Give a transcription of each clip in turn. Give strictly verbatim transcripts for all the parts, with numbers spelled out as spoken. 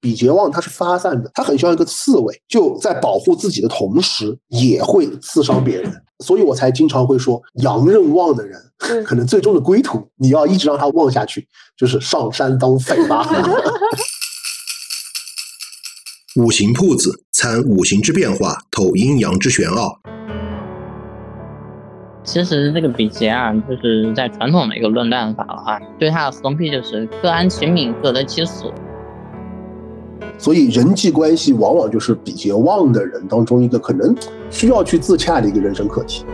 比劫旺它是发散的，它很像一个刺猬，就在保护自己的同时也会刺伤别人。所以我才经常会说，阳刃旺的人可能最终的归途你要一直让他旺下去，就是上山当匪吧。 五行铺子参五行之变化，透阴阳之玄奥。 其实这个比劫啊，就是在传统的一个论断法的话，对它的分配就是各安其命，各得其所。 所以人际关系往往就是比劫旺的人当中一个可能需要去自洽的一个人生课题。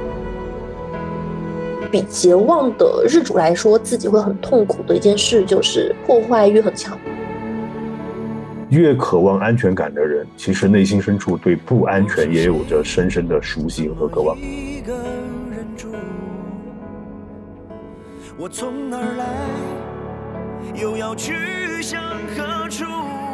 比劫旺的日主来说，自己会很痛苦的一件事就是破坏欲很强。 越渴望安全感的人，其实内心深处对不安全也有着深深的熟悉和渴望。 我从哪儿来，又要去向何处？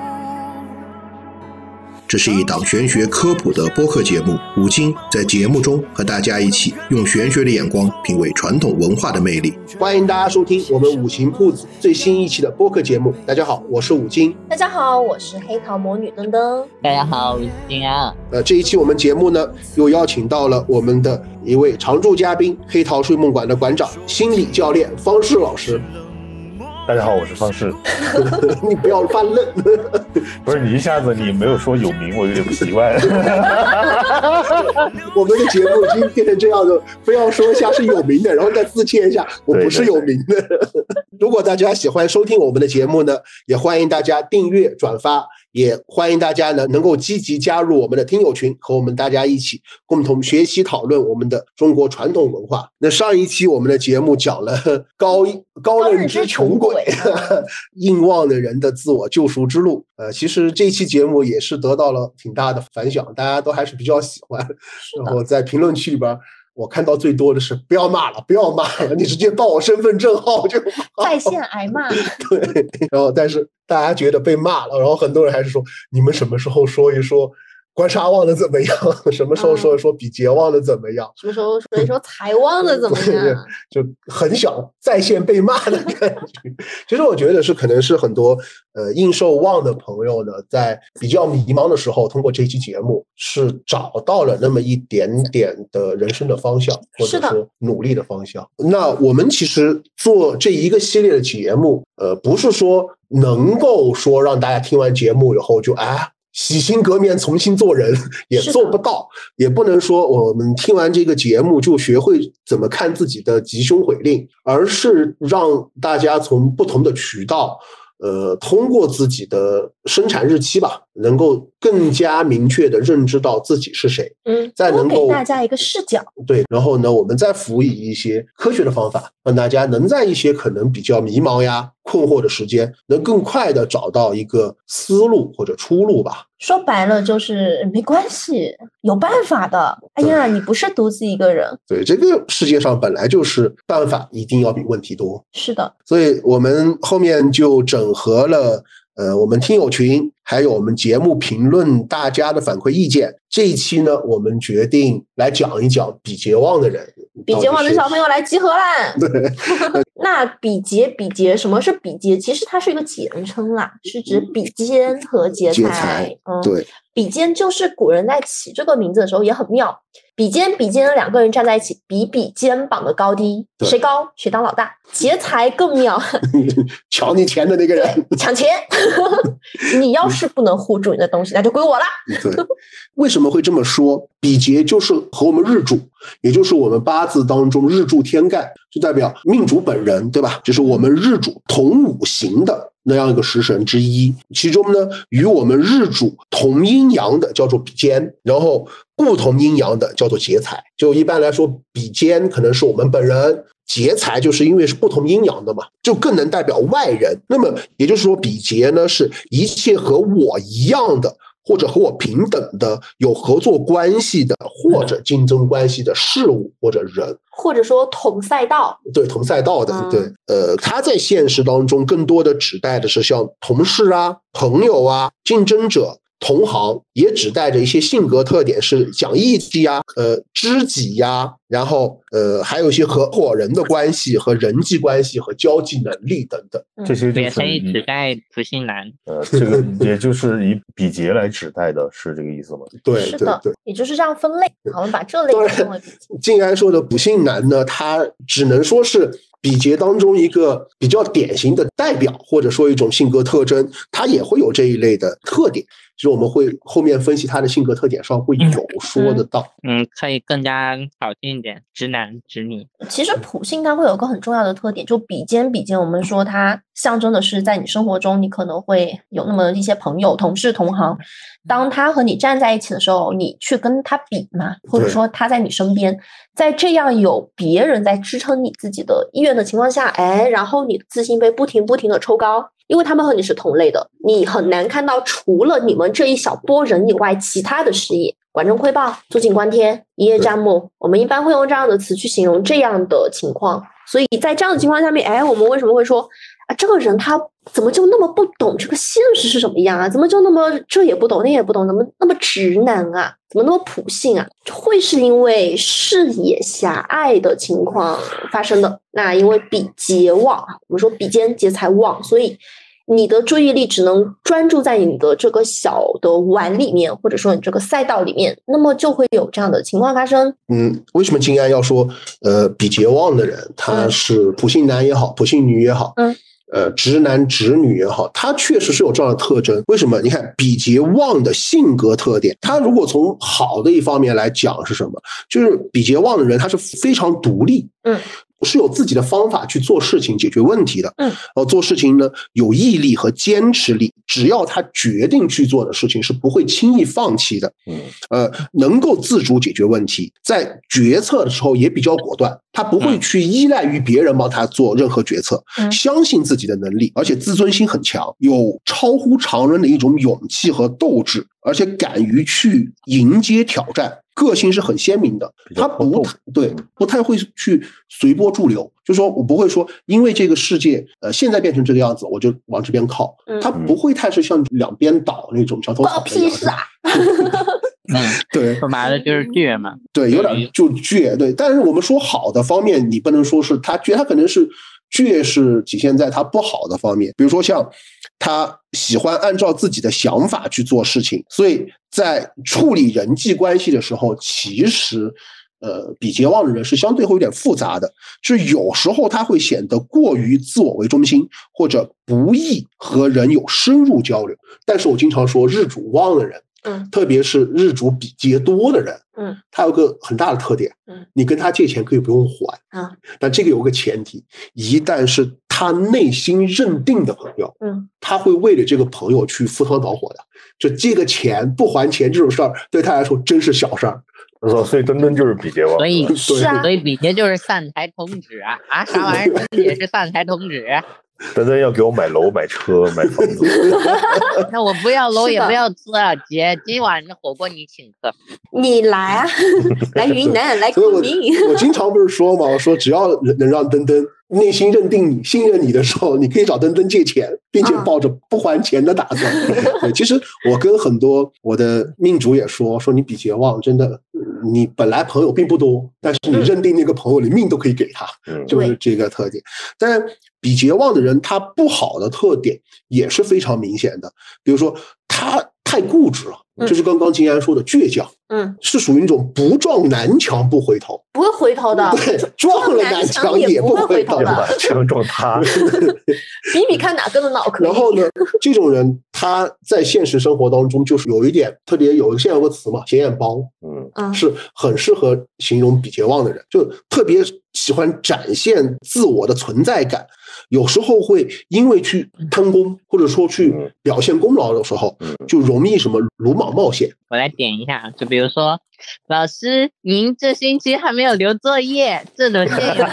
这是一档玄学科普的播客节目，五金在节目中和大家一起用玄学的眼光品味传统文化的魅力。 欢迎大家收听我们五行铺子最新一期的播客节目。大家好，我是五金。 大家好，我是黑桃魔女登登。 大家好，我是金安。 呃，这一期我们节目呢，又邀请到了我们的一位常驻嘉宾，黑桃睡梦馆的馆长、心理教练方式老师。 大家好，我是方式。 你不要犯愣。 不是你一下子你没有说有名，我有点不习惯。 我们的节目已经变成这样的，非要说一下是有名的，然后再自谦一下我不是有名的。对对对。如果大家喜欢收听我们的节目呢，也欢迎大家订阅转发，也欢迎大家呢能够积极加入我们的听友群，和我们大家一起共同学习讨论我们的中国传统文化。那上一期我们的节目讲了高高认知穷鬼硬旺的人的自我救赎之路。呃，其实这一期节目也是得到了挺大的反响，大家都还是比较喜欢。然后在评论区里边我看到最多的是不要骂了，不要骂了，你直接报我身份证号就好。 在线挨骂。 对，然后但是大家觉得被骂了，然后很多人还是说你们什么时候说一说官杀旺的怎么样？什么时候说一说比劫旺的怎么样？ 什么时候说一说财旺的怎么样？ 就很想在线被骂的感觉。其实我觉得是可能是很多呃应受旺的朋友呢，在比较迷茫的时候，通过这期节目是找到了那么一点点的人生的方向，或者说努力的方向。那我们其实做这一个系列的节目，呃，不是说能够说让大家听完节目以后就哎。洗心革面重新做人也做不到，也不能说我们听完这个节目就学会怎么看自己的吉凶悔令，而是让大家从不同的渠道呃，通过自己的生产日期吧，能够更加明确的认知到自己是谁， 嗯， 再能够给大家一个视角。 对，然后呢，我们再辅以一些科学的方法，让大家能在一些可能比较迷茫呀、困惑的时间，能更快的找到一个思路或者出路吧。 说白了就是没关系，有办法的。哎呀，你不是独自一个人。 对，这个世界上本来就是办法一定要比问题多。 是的， 所以我们后面就整合了呃我们听友群，还有我们节目评论大家的反馈意见。这一期呢，我们决定来讲一讲比劫旺的人。 比劫旺的小朋友来集合啦！ 对， 那比劫比劫，什么是比劫？其实它是一个简称啦，是指比肩和劫财。 劫财， 嗯， 对， 比肩就是古人在起这个名字的时候也很妙。比肩比肩两个人站在一起，比比肩膀的高低，谁高谁当老大。劫财更妙， 抢你钱的那个人， 抢钱。你要是不能护住你的东西，那就归我了。 对，为什么会这么说？比劫就是和我们日主，也就是我们八字当中日柱天干，就代表命主本人，对吧？就是我们日主同五行的那样一个食神之一。其中呢，与我们日主同阴阳的叫做比肩，然后不同阴阳的叫做劫财。就一般来说，比肩可能是我们本人，劫财就是因为是不同阴阳的嘛，就更能代表外人。那么也就是说，比劫呢是一切和我一样的，或者和我平等的有合作关系的或者竞争关系的事物或者人， 或者说同赛道。 对，同赛道的、嗯、对，呃，它在现实当中更多的指代的是像同事啊、朋友啊、竞争者、 同行，也指代着一些性格特点，是讲义气呀、呃知己呀，然后呃还有一些合伙人的关系和人际关系和交际能力等等。 这些就也可以是以指代普信男。 呃，这个也就是以比劫来指代的，是这个意思吗？ 对是的对对， 也就是这样分类。好，我们把这类当然称为比劫。 静安说的普信男呢，他只能说是比劫当中一个比较典型的代表，或者说一种性格特征，他也会有这一类的特点。就是我们会后面分析他的性格特点上会有说得到。 嗯，可以更加好听一点，直男直女。 其实普信它会有一个很重要的特点，就比肩比肩，我们说它象征的是在你生活中你可能会有那么一些朋友、同事、同行，当他和你站在一起的时候，你去跟他比嘛，或者说他在你身边，在这样有别人在支撑你自己的意愿的情况下，哎，然后你的自信被不停不停的抽高。因为他们和你是同类的，你很难看到除了你们这一小波人以外其他的事业。管中窥豹、坐井观天、一叶障目，我们一般会用这样的词去形容这样的情况。所以在这样的情况下面，哎，我们为什么会说啊，这个人他怎么就那么不懂这个现实是什么样啊？怎么就那么这也不懂那也不懂，怎么那么直男啊？怎么那么普信啊？会是因为视野狭隘的情况发生的。那因为比劫旺，我们说比肩劫财旺，所以你的注意力只能专注在你的这个小的碗里面，或者说你这个赛道里面，那么就会有这样的情况发生。 嗯，为什么金安要说呃比劫旺的人他是普信男也好，普信女也好， 嗯， 呃直男直女也好，他确实是有这样的特征。为什么？你看比劫旺的性格特点，他如果从好的一方面来讲是什么？就是比劫旺的人他是非常独立， 嗯， 是有自己的方法去做事情解决问题的， 嗯， 然后做事情呢有毅力和坚持力，只要他决定去做的事情是不会轻易放弃的， 嗯， 呃，能够自主解决问题，在决策的时候也比较果断，他不会去依赖于别人帮他做任何决策， 嗯， 相信自己的能力，而且自尊心很强，有超乎常人的一种勇气和斗志，而且敢于去迎接挑战。个性是很鲜明的，他不对，不太会去随波逐流，就说我不会说因为这个世界呃现在变成这个样子，我就往这边靠， 嗯， 他不会太是像两边倒那种墙头草关我屁事啊！ 嗯， 对， 说白了就是倔嘛。 对，有点就倔，对。但是我们说好的方面，你不能说是他倔，他可能是倔是体现在他不好的方面，比如说像他喜欢按照自己的想法去做事情，所以在处理人际关系的时候，其实呃比劫旺的人是相对会有点复杂的，就是有时候他会显得过于自我为中心，或者不易和人有深入交流。但是我经常说日主旺的人， 嗯， 特别是日主比劫多的人， 嗯， 他有个很大的特点， 嗯， 你跟他借钱可以不用还， 啊， 但这个有个前提，一旦是他内心认定的朋友， 嗯， 他会为了这个朋友去赴汤蹈火的。就借个钱不还钱这种事儿，对他来说真是小事儿。 所以登登就是比劫旺， 所以是啊， 所以比劫就是散财童子啊啊，啥玩意儿也是散财童子。 登登要给我买楼、买车、买房子。 那我不要楼也不要车啊，姐，今晚的火锅你请客。 你来啊，来云南，来所以我昆明。 我经常不是说嘛，我说只要能让登登内心认定你、信任你的时候，你可以找登登借钱，并且抱着不还钱的打算。对，其实我跟很多我的命主也说，说你比劫旺，真的，你本来朋友并不多，但是你认定那个朋友，你命都可以给他， 嗯， 就是这个特点。但比劫旺的人，他不好的特点也是非常明显的，比如说他太固执了，就是刚刚金安说的倔强， 嗯， 是属于那种不撞南墙不回头， 不会回头的， 对，撞了南墙也不回头的， 把墙撞塌。 比比看哪个的脑壳。 然后呢，这种人他在现实生活当中就是有一点特别，有现在有个词嘛，显眼包， 嗯， 嗯， 是很适合形容比劫旺的人，就特别喜欢展现自我的存在感。有时候会因为去贪功，或者说去表现功劳的时候，就容易什么鲁莽冒险。 我来点一下，就比如说，老师，您这星期还没有留作业，这轮建议。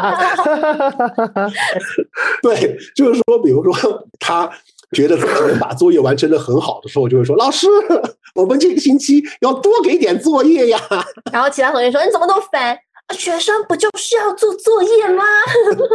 对，就是说，比如说他觉得自己把作业完成的很好的时候，就会说：“老师，我们这个星期要多给点作业呀。” 然后其他同学说：“你怎么那么烦？学生不就是要做作业吗？”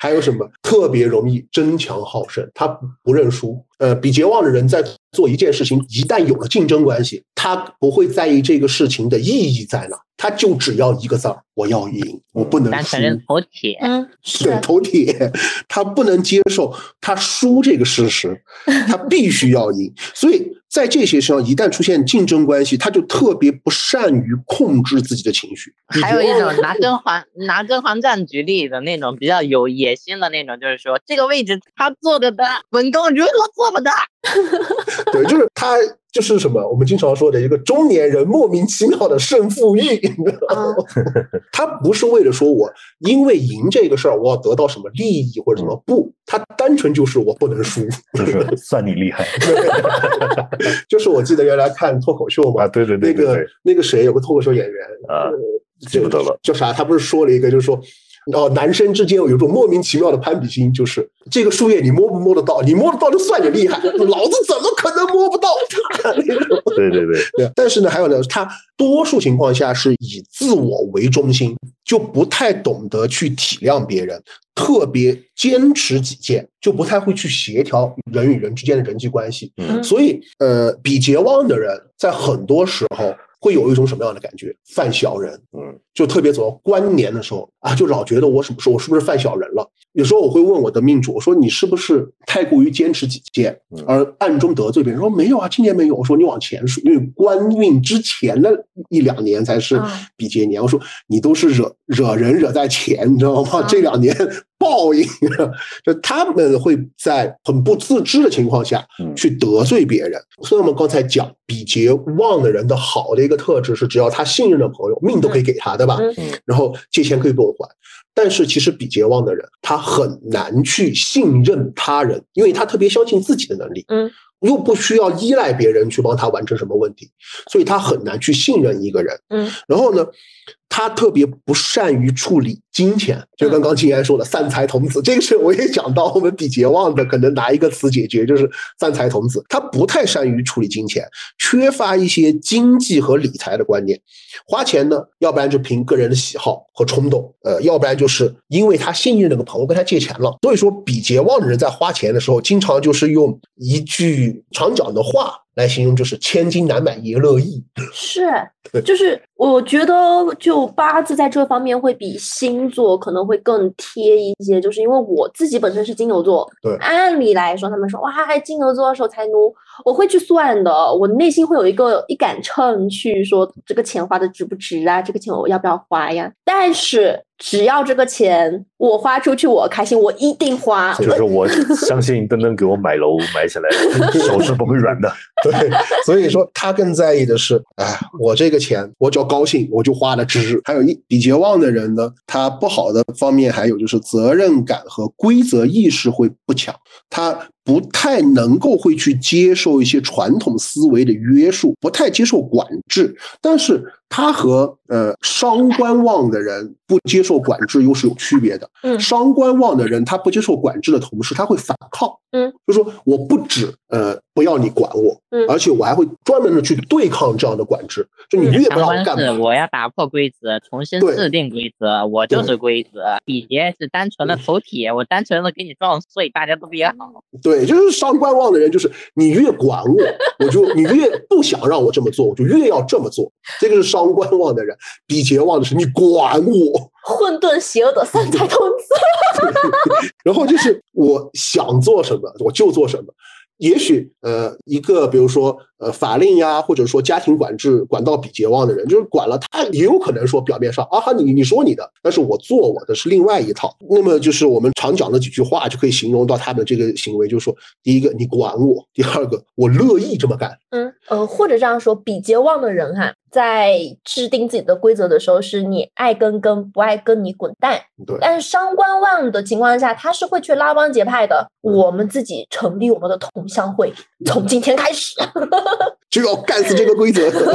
还有什么特别容易争强好胜，他不认输。呃，比桀忘的人在做一件事情，一旦有了竞争关系，他不会在意这个事情的意义在哪，他就只要一个字儿，我要赢，我不能输。 单纯是头铁， 嗯， 对，头铁，他不能接受他输这个事实，他必须要赢。所以在这些上，一旦出现竞争关系，他就特别不善于控制自己的情绪。 还有一种拿甄嬛拿甄嬛传举例的那种比较有野心的那种，就是说这个位置他坐着的，本公主我坐不得。 对，就是他就是什么我们经常说的一个中年人莫名其妙的胜负欲。他不是为了说我因为赢这个事儿我要得到什么利益或者什么，不，他单纯就是我不能输， 就是算你厉害。 就是我记得原来看脱口秀嘛， 啊，对对对对对， 那个那个谁有个脱口秀演员啊，记不得了， 叫啥？他不是说了一个，就是说。哦，男生之间有一种莫名其妙的攀比心，就是这个树叶你摸不摸得到？你摸得到就算你厉害，老子怎么可能摸不到？ 对对对对。但是呢，还有呢，他多数情况下是以自我为中心，就不太懂得去体谅别人，特别坚持己见，就不太会去协调人与人之间的人际关系。 嗯， 所以呃，比桀忘的人在很多时候会有一种什么样的感觉？犯小人。 嗯， 就特别走到关年的时候啊，就老觉得我什么时候我是不是犯小人了？有时候我会问我的命主，我说你是不是太过于坚持己见，而暗中得罪别人？说没有啊，今年没有。我说你往前数，因为官运之前的一两年才是比劫年。我说你都是惹惹人惹在前，你知道吗？这两年报应，就他们会在很不自知的情况下去得罪别人。所以我们刚才讲比劫旺的人的好的一个特质是，只要他信任的朋友，命都可以给他，对吧？然后借钱可以不用还。但是其实比桀忘的人，他很难去信任他人，因为他特别相信自己的能力，嗯，又不需要依赖别人去帮他完成什么问题，所以他很难去信任一个人，嗯。然后呢，他特别不善于处理金钱，就刚刚金安说的散财童子，这个是我也讲到我们比桀忘的可能拿一个词解决，就是散财童子。他不太善于处理金钱，缺乏一些经济和理财的观念。花钱呢，要不然就凭个人的喜好和冲动，呃，要不然就是因为他信任那个朋友跟他借钱了。所以说，比桀忘的人在花钱的时候，经常就是用一句常讲的话来形容，就是千金难买爷乐意。 是，就是我觉得就八字在这方面会比星座可能会更贴一些，就是因为我自己本身是金牛座， 对， 按理来说他们说哇金牛座守财奴，我会去算的，我内心会有一个一杆秤去说这个钱花的值不值啊，这个钱我要不要花呀？但是只要这个钱我花出去我开心，我一定花。 就是我相信登登给我买楼买起来手是不会软的。 对，所以说他更在意的是，哎，我这个钱我只要高兴我就花了值。还有一比桀忘的人呢，他不好的方面还有就是责任感和规则意识会不强，他不太能够会去接受一些传统思维的约束，不太接受管制。但是他和呃伤官旺的人不接受管制又是有区别的。嗯，伤官旺的人他不接受管制的同时，他会反抗。嗯，就说我不止呃不要你管我，嗯，而且我还会专门的去对抗这样的管制。就你越不让我干嘛， 我要打破规则，重新制定规则，我就是规则。比劫是单纯的头铁，我单纯的给你撞碎，大家都比较好。 对，就是伤官旺的人，就是你越管我，我就你越不想让我这么做，我就越要这么做。这个是伤官旺的人。比桀忘的是你管我， 混沌邪恶的散财童子。 然后就是我想做什么我就做什么。也许呃一个比如说呃法令呀，或者说家庭管制管到比桀忘的人，就是管了他也有可能说表面上啊哈你你说你的，但是我做我的是另外一套。那么就是我们常讲的几句话就可以形容到他们这个行为，就是说第一个你管我，第二个我乐意这么干。 嗯呃或者这样说，比桀忘的人哈，在制定自己的规则的时候是你爱跟跟，不爱跟你滚蛋。 对， 但是伤官旺的情况下，他是会去拉帮结派的。我们自己成立我们的同乡会，从今天开始就要干死这个规则。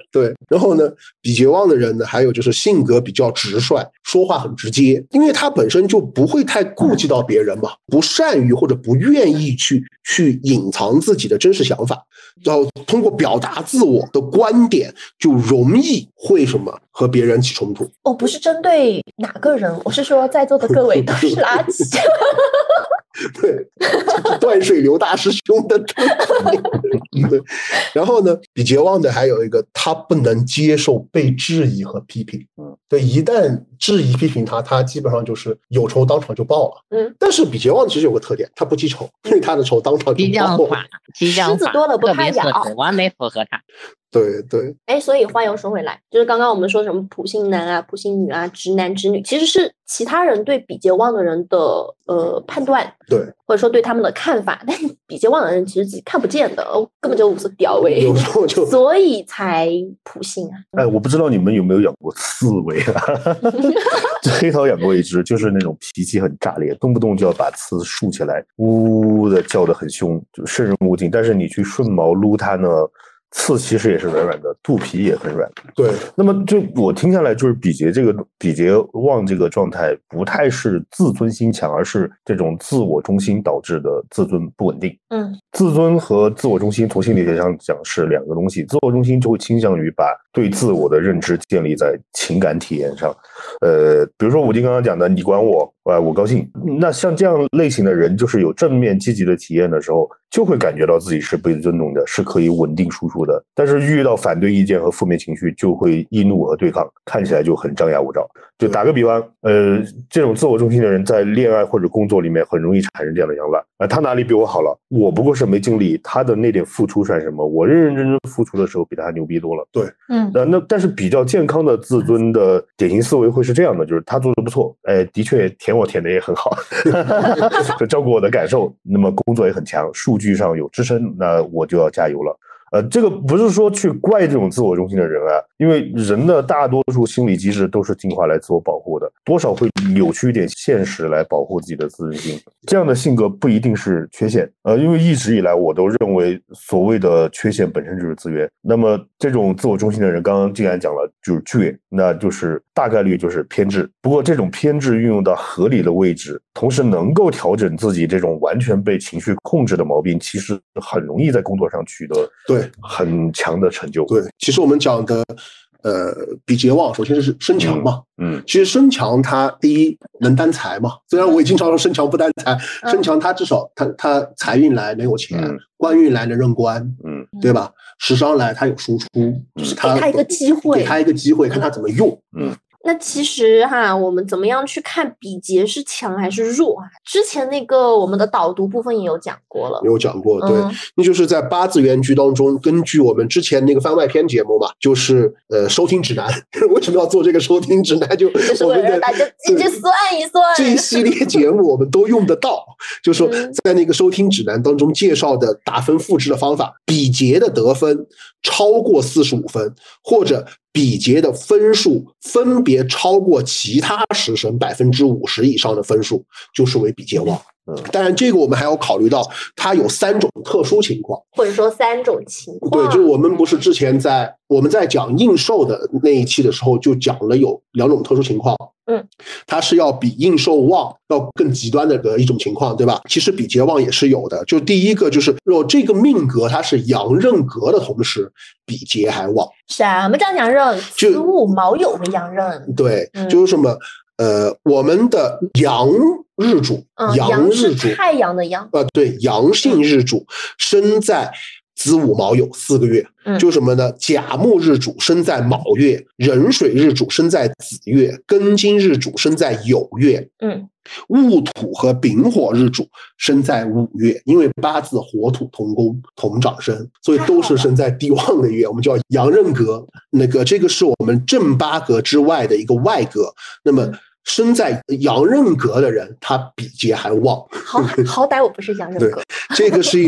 对，然后呢，比劫旺的人呢，还有就是性格比较直率，说话很直接，因为他本身就不会太顾及到别人嘛，不善于或者不愿意去去隐藏自己的真实想法，然后通过表达自我的观点，就容易会什么和别人起冲突。 哦，不是针对哪个人，我是说在座的各位都是垃圾。 对，断水流大师兄的特点。对，然后呢，比劫旺的还有一个，他不能接受被质疑和批评。嗯，对，一旦质疑批评他，他基本上就是有仇当场就报了。嗯，但是比劫旺其实有个特点，他不记仇，因为他的仇当场就报了。 激将法，激将法， 狮子多了不怕咬， 完美符合他。 对对， 哎，所以话又说回来，就是刚刚我们说什么普信男啊、普信女啊、直男直女，其实是其他人对比劫旺的人的呃判断， 对， 或者说对他们的看法，但比劫旺的人其实自己看不见的，根本就无所屌味， 有时候就所以才普信啊。 哎，我不知道你们有没有养过刺猬啊？黑桃养过一只，就是那种脾气很炸裂，动不动就要把刺竖起来，呜呜的叫得很凶，就渗人无尽。但是你去顺毛撸它呢，刺其实也是软软的，肚皮也很软。 对， 那么就我听下来，就是比劫这个比劫旺这个状态，不太是自尊心强，而是这种自我中心导致的自尊不稳定。嗯，自尊和自我中心从心理学上讲是两个东西。自我中心就会倾向于把对自我的认知建立在情感体验上。呃，比如说武丁刚刚讲的，你管我，呃，我高兴。那像这样类型的人，就是有正面积极的体验的时候，就会感觉到自己是被尊重的，是可以稳定输出的。但是遇到反对意见和负面情绪，就会易怒和对抗，看起来就很张牙舞爪。就打个比方，呃，这种自我中心的人在恋爱或者工作里面很容易产生这样的想法：啊，他哪里比我好了？我不过是没经历，他的那点付出算什么？我认认真真付出的时候，比他牛逼多了。 对， 嗯， 那那但是比较健康的自尊的典型思维会是这样的，就是他做的不错，哎，的确舔我舔的也很好，就照顾我的感受，那么工作也很强，数据上有支撑，那我就要加油了。呃，这个不是说去怪这种自我中心的人啊，因为人的大多数心理机制都是进化来自我保护的，多少会扭曲一点现实来保护自己的自尊心。这样的性格不一定是缺陷，呃，因为一直以来我都认为所谓的缺陷本身就是资源。那么这种自我中心的人，刚刚既然讲了就是倔，那就是大概率就是偏执。不过这种偏执运用到合理的位置，同时能够调整自己这种完全被情绪控制的毛病，其实很容易在工作上取得对很强的成就。 对，其实我们讲的呃比劫旺，首先是身强嘛，嗯，嗯其实身强它第一能担财嘛，虽然我也经常说身强不担财，嗯、身强它至少它它财运来能有钱，嗯、官运来能任官，嗯，对吧？时商来它有输出，就是它给他一个机会， 给他一个机会，看他怎么用，嗯。 那其实哈，我们怎么样去看比劫是强还是弱啊？之前那个我们的导读部分也有讲过了， 有讲过，对，嗯、那就是在八字原局当中，根据我们之前那个番外篇节目嘛，就是呃收听指南，为什么要做这个收听指南？就就是为了让大家自己算一算， 这一系列节目我们都用得到，就是说在那个收听指南当中介绍的打分复制的方法，比劫的得分超过四十五分，或者比劫的分数分别超过其他食神百分之五十以上的分数，就是为比劫旺。嗯，当然这个我们还要考虑到它有三种特殊情况， 或者说三种情况。 对，就是我们不是之前在我们在讲应受的那一期的时候就讲了有两种特殊情况。嗯，它是要比应受旺要更极端的一种情况，对吧？其实比劫旺也是有的。就第一个就是，如果这个命格它是阳刃格的同时，比劫还旺。 什么叫阳刃？子午卯酉为阳刃。 对，嗯、就是什么？呃，我们的阳日主， 嗯、 阳日主， 太阳的阳。 呃，对，阳性日主生在子午卯酉四个月，嗯、就什么呢？甲木日主生在卯月，壬水日主生在子月，庚金日主生在酉月，嗯，戊土和丙火日主生在午月，因为八字火土同宫同长生，所以都是生在地旺的月，我们叫阳刃格。那个这个是我们正八格之外的一个外格。那么生在阳刃格的人，他比劫还旺。 好，好歹我不是阳刃格。 对，这个是一种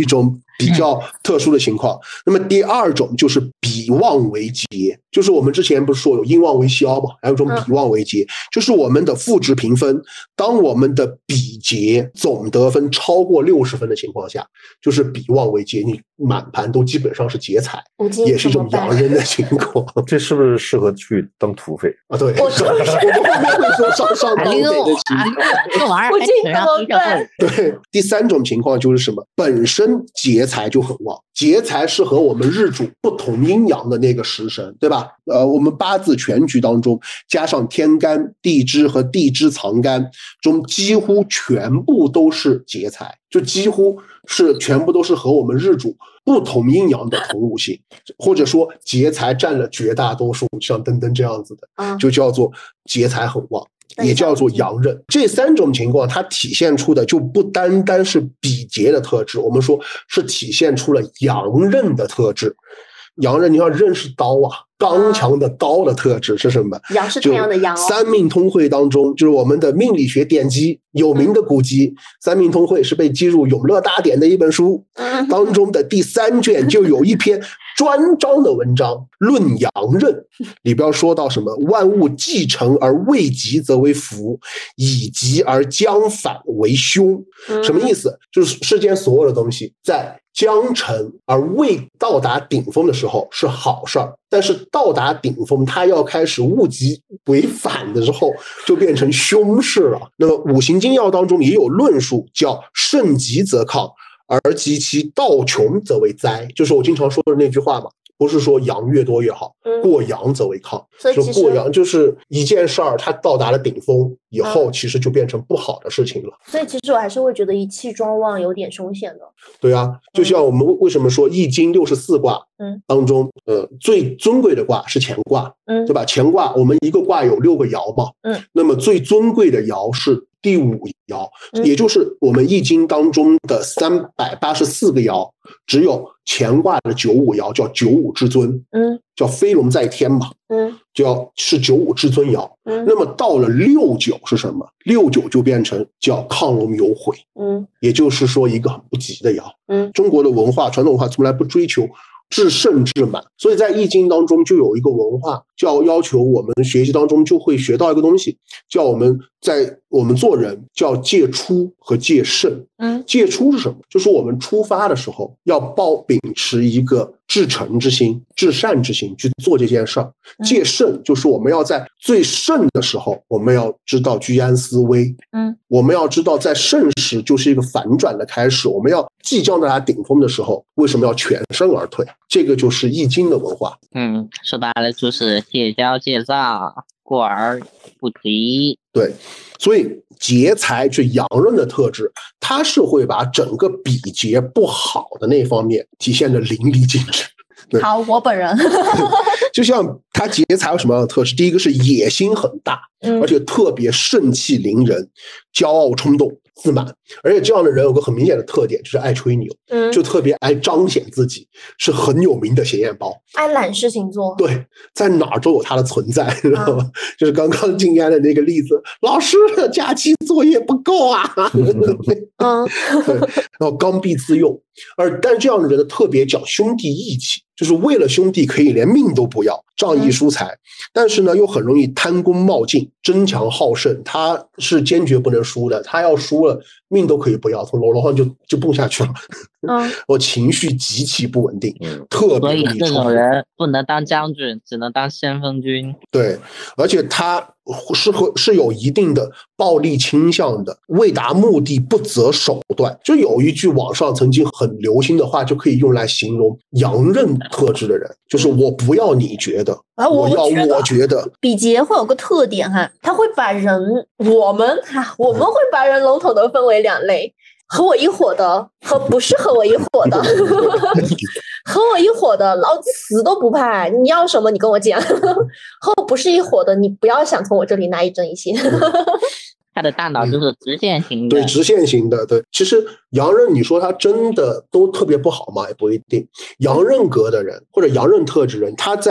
比较特殊的情况。那么第二种就是比旺为节，就是我们之前不是说有印旺为消嘛，还有一种比旺为节，就是我们的赋值评分，当我们的比节总得分超过六十分的情况下，就是比旺为节，你满盘都基本上是劫财，也是一种洋人的情况。 这是不是适合去当土匪啊？对， 我是不是我们后面会说上上当匪的情况。 这玩意儿我这怎么办？ 对，第三种情况就是什么？本身劫财就很旺，劫财是和我们日主不同阴阳的那个食神，对吧？呃，我们八字全局当中加上天干、地支和地支藏干中，几乎全部都是劫财，就几乎是全部都是和我们日主不同阴阳的同五行，或者说劫财占了绝大多数，像登登这样子的，就叫做劫财很旺。也叫做阳刃。这三种情况它体现出的就不单单是比劫的特质，我们说是体现出了阳刃的特质。阳刃，你要刃是刀啊，刚强的刀的特质是什么？ 阳是太阳的阳哦。 三命通会当中，就是我们的命理学典籍有名的古籍《三命通会》，是被记入永乐大典的一本书，当中的第三卷就有一篇专章的文章论阳刃，里边说到什么万物既成而未及则为福，以及而将反为凶。什么意思？就是世间所有的东西在将成而未到达顶峰的时候是好事儿，但是到达顶峰它要开始物极为反的时候就变成凶事了。那么五行精要当中也有论述叫盛极则亢，而及其道穷则为灾，就是我经常说的那句话嘛，不是说阳越多越好，嗯、过阳则为亢。所以就过阳就是一件事儿，它到达了顶峰以后，嗯、其实就变成不好的事情了。 所以其实我还是会觉得一气装旺有点凶险的。 对啊，就像我们为什么说易经六十四卦当中，嗯、呃，最尊贵的卦是乾卦，嗯，对吧？乾卦我们一个卦有六个爻嘛，嗯，那么最尊贵的爻是第五爻，也就是我们易经当中的三百八十四个爻，只有乾卦的九五爻叫九五至尊，嗯，叫飞龙在天嘛，嗯，叫是九五至尊爻。嗯，那么到了六九是什么？六九就变成叫亢龙有悔，嗯，也就是说一个很不吉的爻。嗯，中国的文化传统文化从来不追求至圣至满，所以在易经当中就有一个文化叫要求我们学习当中就会学到一个东西，叫我们在我们做人叫戒出和戒慎。嗯，戒出是什么？就是我们出发的时候要抱秉持一个至诚之心、至善之心去做这件事儿。戒慎就是我们要在最盛的时候，我们要知道居安思危。嗯，我们要知道在盛时就是一个反转的开始，我们要即将到达顶峰的时候，为什么要全身而退？这个就是易经的文化。 嗯，说白了就是戒骄戒躁，过而不及。 对，所以劫财是阳刃的特质，它是会把整个比劫不好的那方面体现的淋漓尽致。 好，我本人就像他劫财有什么样的特质？第一个是野心很大，而且特别盛气凌人，骄傲冲动自满，而且这样的人有个很明显的特点，就是爱吹牛，嗯，就特别爱彰显自己，是很有名的显眼包， 爱揽事情做， 对，在哪儿都有他的存在，嗯、知道吗？就是刚刚静安的那个例子，老师假期作业不够啊，嗯，对，然后刚愎自用，而但这样的人呢，特别讲兄弟义气。就是为了兄弟可以连命都不要，仗义疏财，但是呢又很容易贪功冒进，争强好胜，他是坚决不能输的，他要输了命都可以不要，从楼楼上就就蹦下去了。嗯，我情绪极其不稳定，嗯、特别容易这种人不能当将军，只能当先锋军。 对，而且他是会是有一定的暴力倾向的，为达目的不择手段。就有一句网上曾经很流行的话，就可以用来形容阳刃特质的人，就是我不要你觉得， 啊、 我要我觉得。 比劫会有个特点哈，他会把人我们哈我们会把人笼统的分为两类。和我一伙的和不是和我一伙的和我一伙的老子死都不怕，你要什么你跟我讲，和我不是一伙的你不要想从我这里拿一针一线。 他的大脑就是直线型的、嗯、 对，直线型的。对，其实阳刃你说他真的都特别不好吗？也不一定。阳刃格的人或者阳刃特质人，他在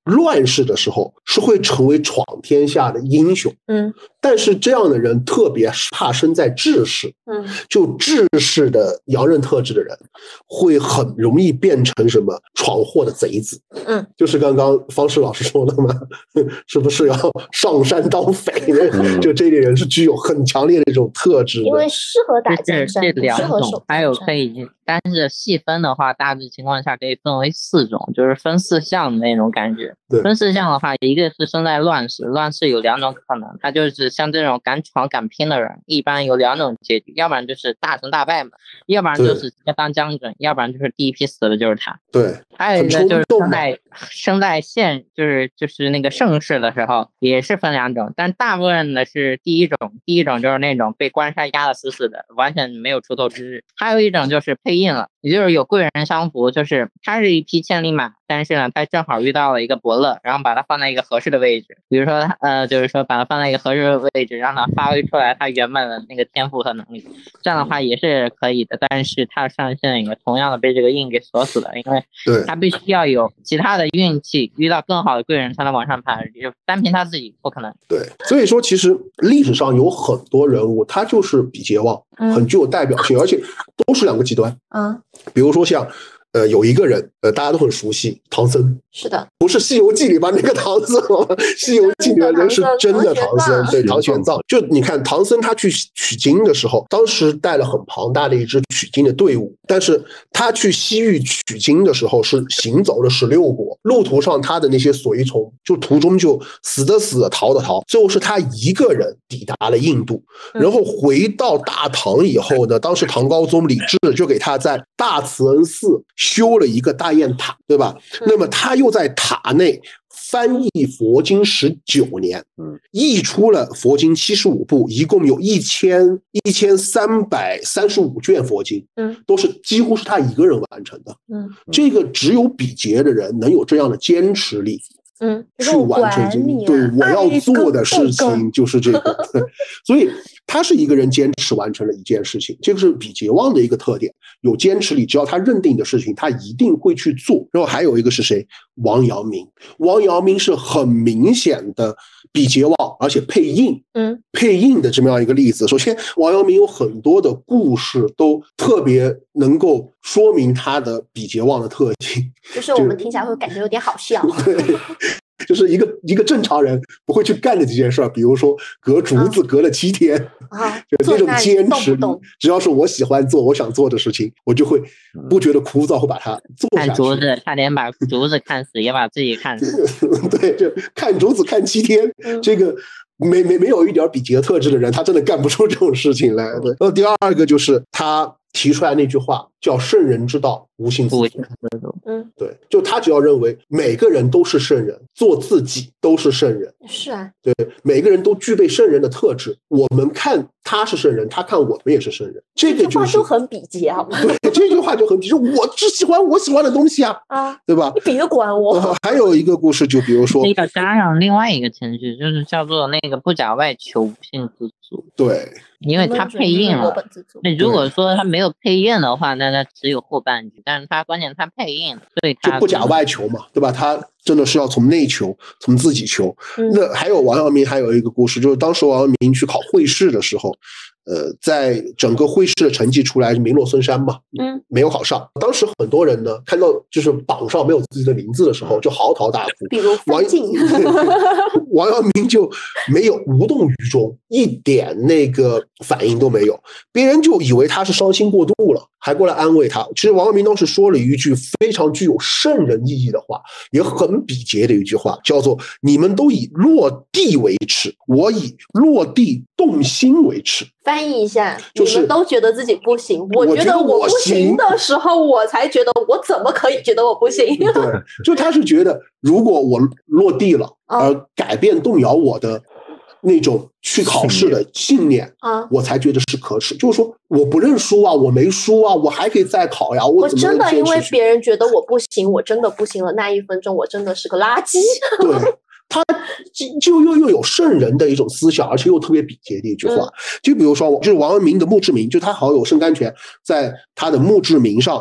乱世的时候是会成为闯天下的英雄， 嗯， 但是这样的人特别怕生在治世， 嗯， 就治世的洋人特质的人会很容易变成什么闯祸的贼子， 嗯， 就是刚刚方式老师说的嘛，是不是要上山当匪呢？ 嗯、 就这类人是具有很强烈的这种特质的， 因为适合打江山， 这两种，还有以。 可以，但是细分的话，大致情况下可以分为四种，就是分四项的那种感觉。分四项的话，一个是生在乱世，乱世有两种可能，他就是像这种敢闯敢拼的人，一般有两种结局，要不然就是大成大败嘛，要不然就是直接当将军，要不然就是第一批死的就是他。 对， 还有一个就是生在生在现，就是就是那个盛世的时候，也是分两种，但大部分的是第一种，第一种就是那种被关山压得死死的，完全没有出头之日。还有一种就是配印了，也就是有贵人相扶，就是他是一匹千里马，但是呢，他正好遇到了一个伯乐，然后把它放在一个合适的位置，比如说呃，就是说把它放在一个合适的位置，让它发挥出来它原本的那个天赋和能力，这样的话也是可以的。但是他上线也同样的被这个印给锁死了，因为他必须要有其他的运气，遇到更好的贵人才能往上爬，就单凭他自己不可能。 对，所以说其实历史上有很多人物，他就是比桀骜，很具有代表性，而且都是两个极端。 嗯， 比如说像呃有一个人，呃大家都很熟悉，唐僧。 是的， 不是《西游记》里边那个唐僧，《西游记》里面是真的唐僧，对，唐玄奘。就你看唐僧他去取经的时候，当时带了很庞大的一支取经的队伍，但是他去西域取经的时候是行走了十六国，路途上他的那些随从就途中就死的死，逃的逃，最后是他一个人抵达了印度，然后回到大唐以后呢，当时唐高宗李治就给他在大慈恩寺修了一个大雁塔，对吧？那么他又在塔内翻译佛经十九年，译出了佛经七十五部，一共有一千一千三百三十五卷佛经，嗯，都是几乎是他一个人完成的，嗯，这个只有比劫的人能有这样的坚持力。嗯，去完成这个，对，我要做的事情就是这个，所以他是一个人坚持完成了一件事情，这个是比劫旺的一个特点，有坚持力，只要他认定的事情，他一定会去做。然后还有一个是谁？王阳明，王阳明是很明显的比劫旺，而且配印，嗯，配印的这么样一个例子。首先，王阳明有很多的故事都特别能够说明他的比劫旺的特性， 就是我们听起来会感觉有点好笑。 对。就是一个一个正常人不会去干的这件事儿，比如说割竹子割了七天，啊，就这种坚持，只要是我喜欢做、我想做的事情，我就会不觉得枯燥，会把它做下去。 看竹子，差点把竹子看死，也把自己看死。 对，就看竹子看七天，嗯、这个没没没有一点比劫特质的人，他真的干不出这种事情来。对，然后第二个就是他提出来那句话叫圣人之道无性自主，嗯，对，就他只要认为每个人都是圣人，做自己都是圣人， 是啊， 对，每个人都具备圣人的特质，我们看他是圣人，他看我们也是圣人，这个、就是、 这句话就很比劫啊， 对，这句话就很比劫，我只喜欢我喜欢的东西啊，啊，对吧？ 你别管我。 呃、还有一个故事，就比如说， 要加上另外一个情绪，就是叫做那个不假外求，无性自足， 对。 因为他配印了，那如果说他没有配印的话，那他只有后半句。但是他关键他配印，所以他就不假外求嘛，对吧？他真的是要从内求，从自己求。嗯、那还有王阳明还有一个故事，就是当时王阳明去考会试的时候，呃，在整个会试的成绩出来名落孙山嘛，嗯，没有考上。当时很多人呢看到就是榜上没有自己的名字的时候，就嚎啕大哭。 比如王王阳明就没有无动于衷，一点那个反应都没有，别人就以为他是伤心过度了，还过来安慰他。其实王阳明当时说了一句非常具有圣人意义的话，也很比劫的一句话，叫做你们都以落地为耻，我以落地动心为耻。 翻译一下， 就是你们都觉得自己不行，我觉得我不行的时候，我才觉得我怎么可以觉得我不行？ 对，就他是觉得如果我落地了，而改变动摇我的那种去考试的信念啊，我才觉得是可耻。就是说，我不认输啊，我没输啊，我还可以再考呀。我, 我真的因为别人觉得我不行，我真的不行了，那一分钟我真的是个垃圾。 对。他就又又有圣人的一种思想，而且又特别比劫的一句话，就比如说，就是王阳明的墓志铭，就他好友申甘泉在他的墓志铭上，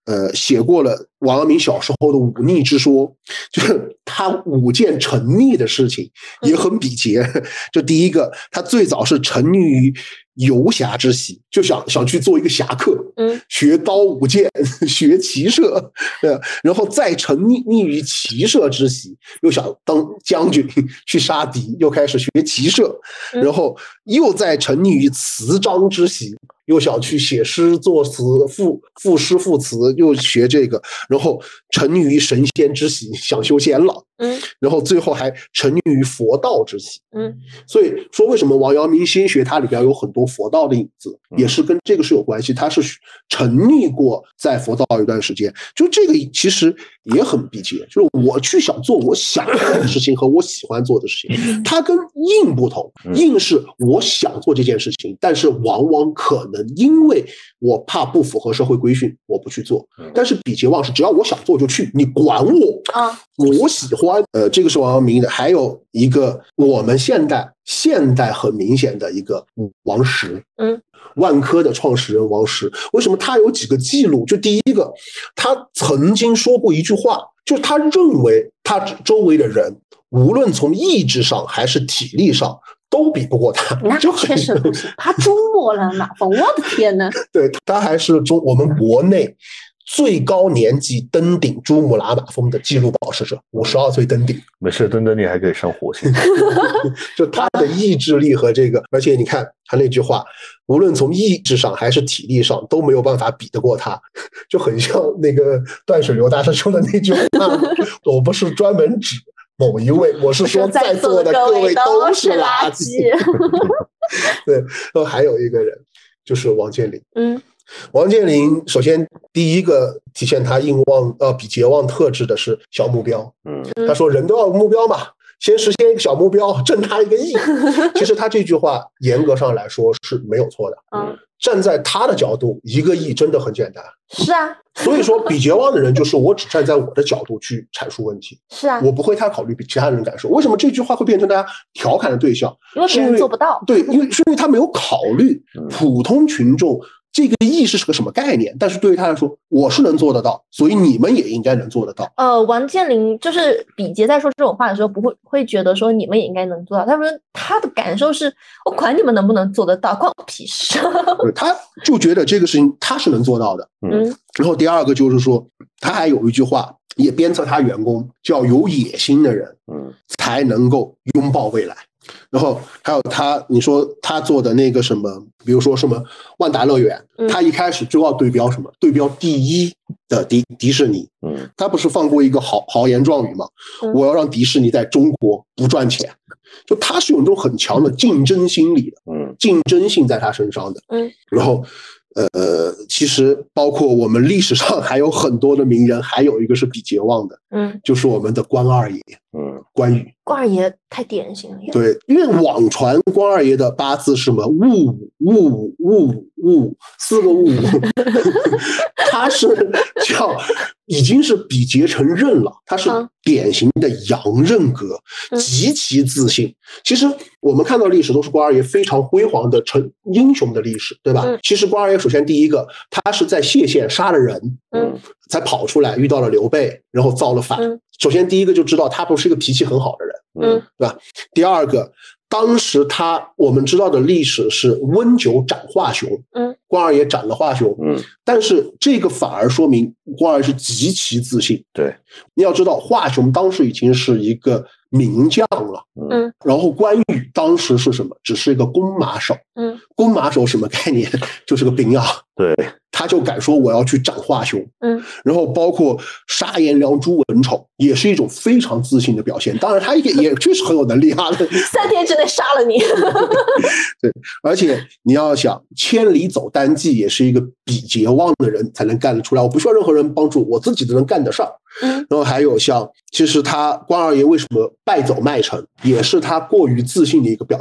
呃写过了王阳明小时候的忤逆之说，就是他五件沉溺的事情也很比劫。就第一个，他最早是沉溺于游侠之喜，就想想去做一个侠客， 嗯， 学刀舞剑，学骑射，呃，然后再沉溺于骑射之喜，又想当将军去杀敌，又开始学骑射，然后又再沉溺于词章之喜，又想去写诗作词，赋赋诗赋词，又学这个，然后沉溺于神仙之喜，想修仙了， 嗯， 然后最后还沉溺于佛道之喜， 嗯， 所以说为什么王阳明心学它里边有很多佛道的影子，也是跟这个是有关系，他是沉溺过在佛道一段时间，就这个其实也很比劫，就是我去想做我想做的事情和我喜欢做的事情，它跟应不同，应是我想做这件事情，但是往往可能因为我怕不符合社会规训，我不去做，但是比劫旺是只要我想做就去，你管我啊， 我喜欢，呃，这个是王阳明的。还有一个我们现代现代很明显的一个王石， 嗯， 万科的创始人王石，为什么他有几个记录？就第一个，他曾经说过一句话，就是他认为他周围的人，无论从意志上还是体力上，都比不过他。 那就确实不行，他珠穆朗玛峰，我的天哪！ 对，他还是中我们国内最高年纪登顶珠穆朗玛峰的纪录保持者，五十二岁登顶。 没事，登登你还可以上火星。 就他的意志力和这个，而且你看他那句话，无论从意志上还是体力上都没有办法比得过他，就很像那个断水流大师说的那句话，我不是专门指某一位，我是说在座的各位都是垃圾。对，然后还有一个人就是王健林， 嗯。 王健林首先第一个体现他应旺呃比劫旺特质的是小目标， 嗯， 他说人都要有目标嘛，先实现一个小目标，挣他一个亿。其实他这句话严格上来说是没有错的， 嗯， 站在他的角度，一个亿真的很简单。 是啊， 所以说比劫旺的人就是我只站在我的角度去阐述问题， 是啊， 我不会太考虑其他人的感受。为什么这句话会变成大家调侃的对象？ 因为别人做不到。 对，因为是因为他没有考虑普通群众这个意识是个什么概念，但是对于他来说，我是能做得到，所以你们也应该能做得到。 呃，王健林就是比劫在说这种话的时候，不会会觉得说你们也应该能做到。他说他的感受是，我管你们能不能做得到，关我屁事。 对，他就觉得这个事情他是能做到的。 嗯。 然后第二个就是说，他还有一句话也鞭策他员工，叫有野心的人，嗯，才能够拥抱未来。然后还有他，你说他做的那个什么，比如说什么万达乐园， 嗯、 他一开始就要对标什么？对标第一的迪迪士尼。嗯，他不是放过一个豪豪言壮语吗？嗯、我要让迪士尼在中国不赚钱。就他是有一种很强的竞争心理的，嗯，竞争性在他身上的。嗯，然后呃，其实包括我们历史上还有很多的名人，还有一个是比劫旺的，嗯，就是我们的关二爷，嗯，关羽。 关二爷太典型了。 对，因为网传关二爷的八字是什么？戊午、戊午、戊午、戊午，四个戊午，他是叫已经是比劫成刃了，他是典型的阳刃格，极其自信。其实我们看到历史都是关二爷非常辉煌的成英雄的历史，对吧？嗯、其实关二爷首先第一个，他是在谢县杀了人，嗯，才跑出来遇到了刘备，然后造了反。嗯、首先第一个就知道他不是一个脾气很好的人，嗯，对吧？第二个，当时他我们知道的历史是温酒斩华雄，嗯，关二爷斩了华雄，嗯，但是这个反而说明关二爷是极其自信。对，你要知道华雄当时已经是一个名将了，嗯，然后关羽当时是什么？只是一个弓马手，嗯，弓马手什么概念？就是个兵啊，对。他就敢说我要去斩华雄，嗯，然后包括杀颜良、诛文丑，也是一种非常自信的表现。当然，他也也确实很有能力啊， 三天之内杀了你。 对，而且你要想，千里走单骑也是一个比劫旺的人才能干得出来，我不需要任何人帮助，我自己都能干得上。嗯，然后还有像，其实他关二爷为什么败走麦城，也是他过于自信的一个表现。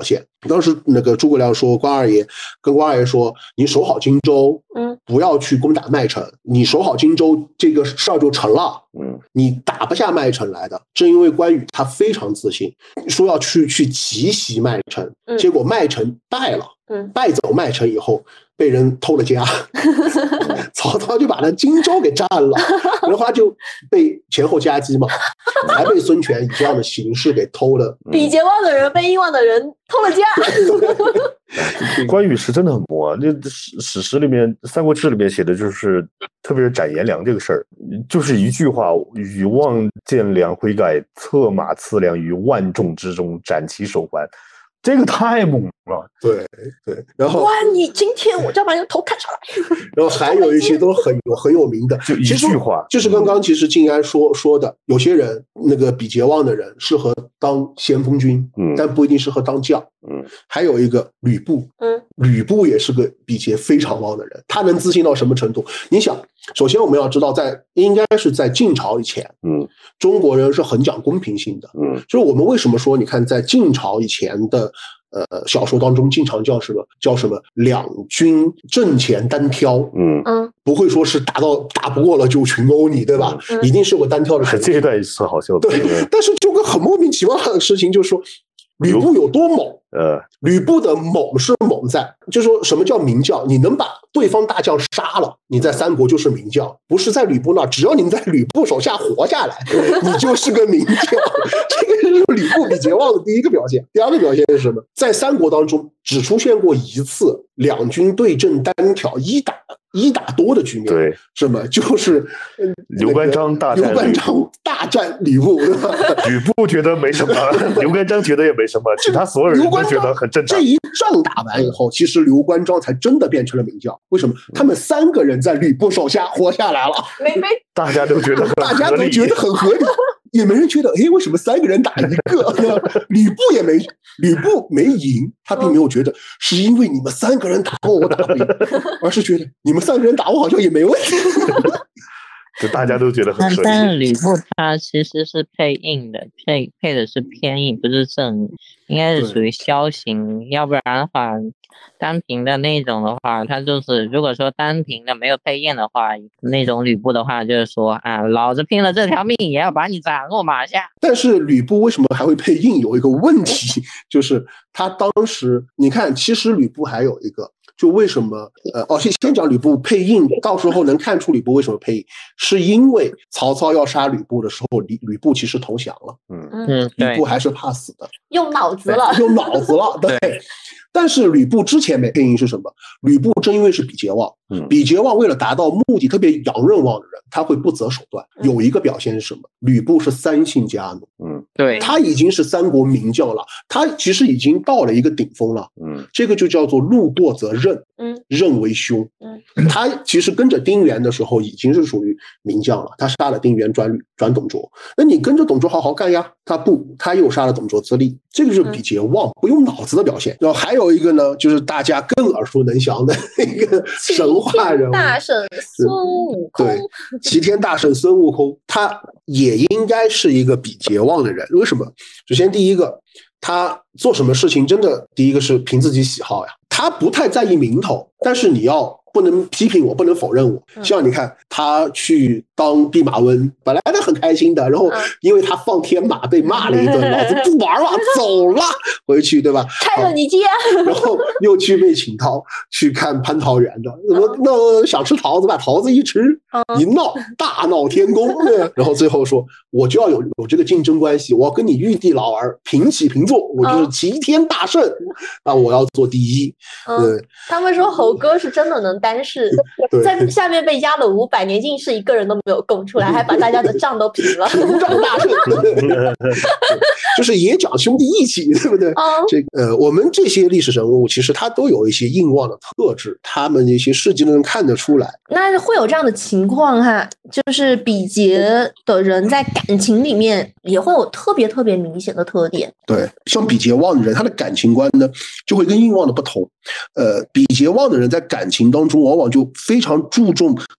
当时那个诸葛亮说，关二爷跟关二爷说，你守好荆州， 嗯， 不要去攻打麦城，你守好荆州，这个事儿就成了。 嗯， 你打不下麦城来的，正因为关羽他非常自信，说要去去奇袭麦城， 嗯、 结果麦城败了， 嗯， 败走麦城以后。被人偷了家，曹操就把那荆州给占了，然后他就被前后夹击嘛，还被孙权以这样的形式给偷了。 比劫旺的人被硬旺的人偷了家。 关羽是真的很魔，那史史实里面，《三国志》里面写的就是，特别是斩颜良这个事儿，就是一句话：羽望见良挥盖，策马刺良于万众之中，斩其手环。这个太猛了， 对对，然后哇，你今天我就要把你的头砍下来。 然后还有一些都很有很有名的， 就一句话， 就是刚刚其实静安说说的，有些人那个比劫旺的人适合当先锋军， 嗯， 但不一定适合当将， 嗯， 还有一个吕布， 嗯， 吕布也是个比劫非常旺的人，他能自信到什么程度？你想，首先我们要知道在，在应该是在晋朝以前， 嗯， 中国人是很讲公平性的， 嗯， 就是我们为什么说，你看在晋朝以前的。呃，小说当中经常叫什么叫什么两军阵前单挑， 嗯嗯， 不会说是打到打不过了就群殴你，对吧？ 嗯、 一定是有个单挑的事情。 这一段是好笑的， 对。但是就个很莫名其妙的事情，就是说吕布有多猛？ 呃， 吕布的猛是猛在，就是说什么叫名将？你能把对方大将杀了，你在三国就是名将；不是在吕布那，只要你在吕布手下活下来，你就是个名将。这个是吕布比劫旺的第一个表现。第二个表现是什么？在三国当中只出现过一次两军对阵单挑一打一打多的局面， 对， 什么就是刘关张大战刘关张大战吕布，对吧？ 吕布觉得没什么，刘关张觉得也没什么，其他所有人都觉得很正常。 这一仗打完以后，其实刘关张才真的变成了名将。为什么？他们三个人在吕布手下活下来了， 没没， 大家都觉得很合理， 大家都觉得很合理。也没人觉得，哎，为什么三个人打一个？吕布也没，吕布没赢，他并没有觉得是因为你们三个人打过我打不赢，而是觉得你们三个人打我好像也没问题。 就大家都觉得很合理。 但是吕布他其实是配硬的，配配的是偏硬，不是正，应该是属于枭型。要不然的话，单凭的那种的话，他就是如果说单凭的没有配硬的话，那种吕布的话就是说啊，老子拼了这条命也要把你斩落马下。 但是吕布为什么还会配硬？有一个问题，就是他当时你看，其实吕布还有一个。就为什么呃哦先先讲吕布配硬，到时候能看出吕布为什么配硬，是因为曹操要杀吕布的时候，吕吕布其实投降了， 嗯嗯， 吕布还是怕死的， 用脑子了， 用脑子了，对。但是吕布之前没配硬是什么？吕布正因为是比劫旺， 嗯， 比劫旺为了达到目的，特别阳刃旺的人，他会不择手段。有一个表现是什么？吕布是三姓家奴， 嗯， 对， 他已经是三国名将了，他其实已经到了一个顶峰了， 嗯， 这个就叫做路过则刃， 嗯， 刃为凶， 嗯， 他其实跟着丁原的时候已经是属于名将了，他杀了丁原转转董卓，那你跟着董卓好好干呀，他不，他又杀了董卓自立，这个就是比劫旺不用脑子的表现。然后还有一个呢，就是大家更耳熟能详的一个神话人物， 大圣孙悟空， 对，齐天大圣孙悟空，他也应该是一个比劫旺的人。为什么？首先第一个，他做什么事情真的第一个是凭自己喜好呀，他不太在意名头，但是你要不能批评我，不能否认我。像你看他去当弼马温，本来他很开心的，然后因为他放天马被骂了一顿，老子不玩了，走了回去，对吧？ 拆了你家， 然后又去被请到去看蟠桃园的，怎么那想吃桃子，把桃子一吃，一闹大闹天宫，然后最后说我就要有有这个竞争关系，我要跟你玉帝老儿平起平坐，我就是齐天大圣，那我要做第一。对， 他们说猴哥是真的能单事，在下面被压了五百年，进士一个人都没有供出来，还把大家的账都平了， 平账大圣，就是也讲兄弟义气，对不对？这呃，我们这些历史人物其实他都有一些硬旺的特质，他们一些事迹都能看得出来。 那会有这样的情况哈，就是比劫的人在感情里面也会有特别特别明显的特点。 对，像比劫旺的人，他的感情观呢就会跟硬旺的不同。呃，比劫旺的人在感情当中往往就非常注重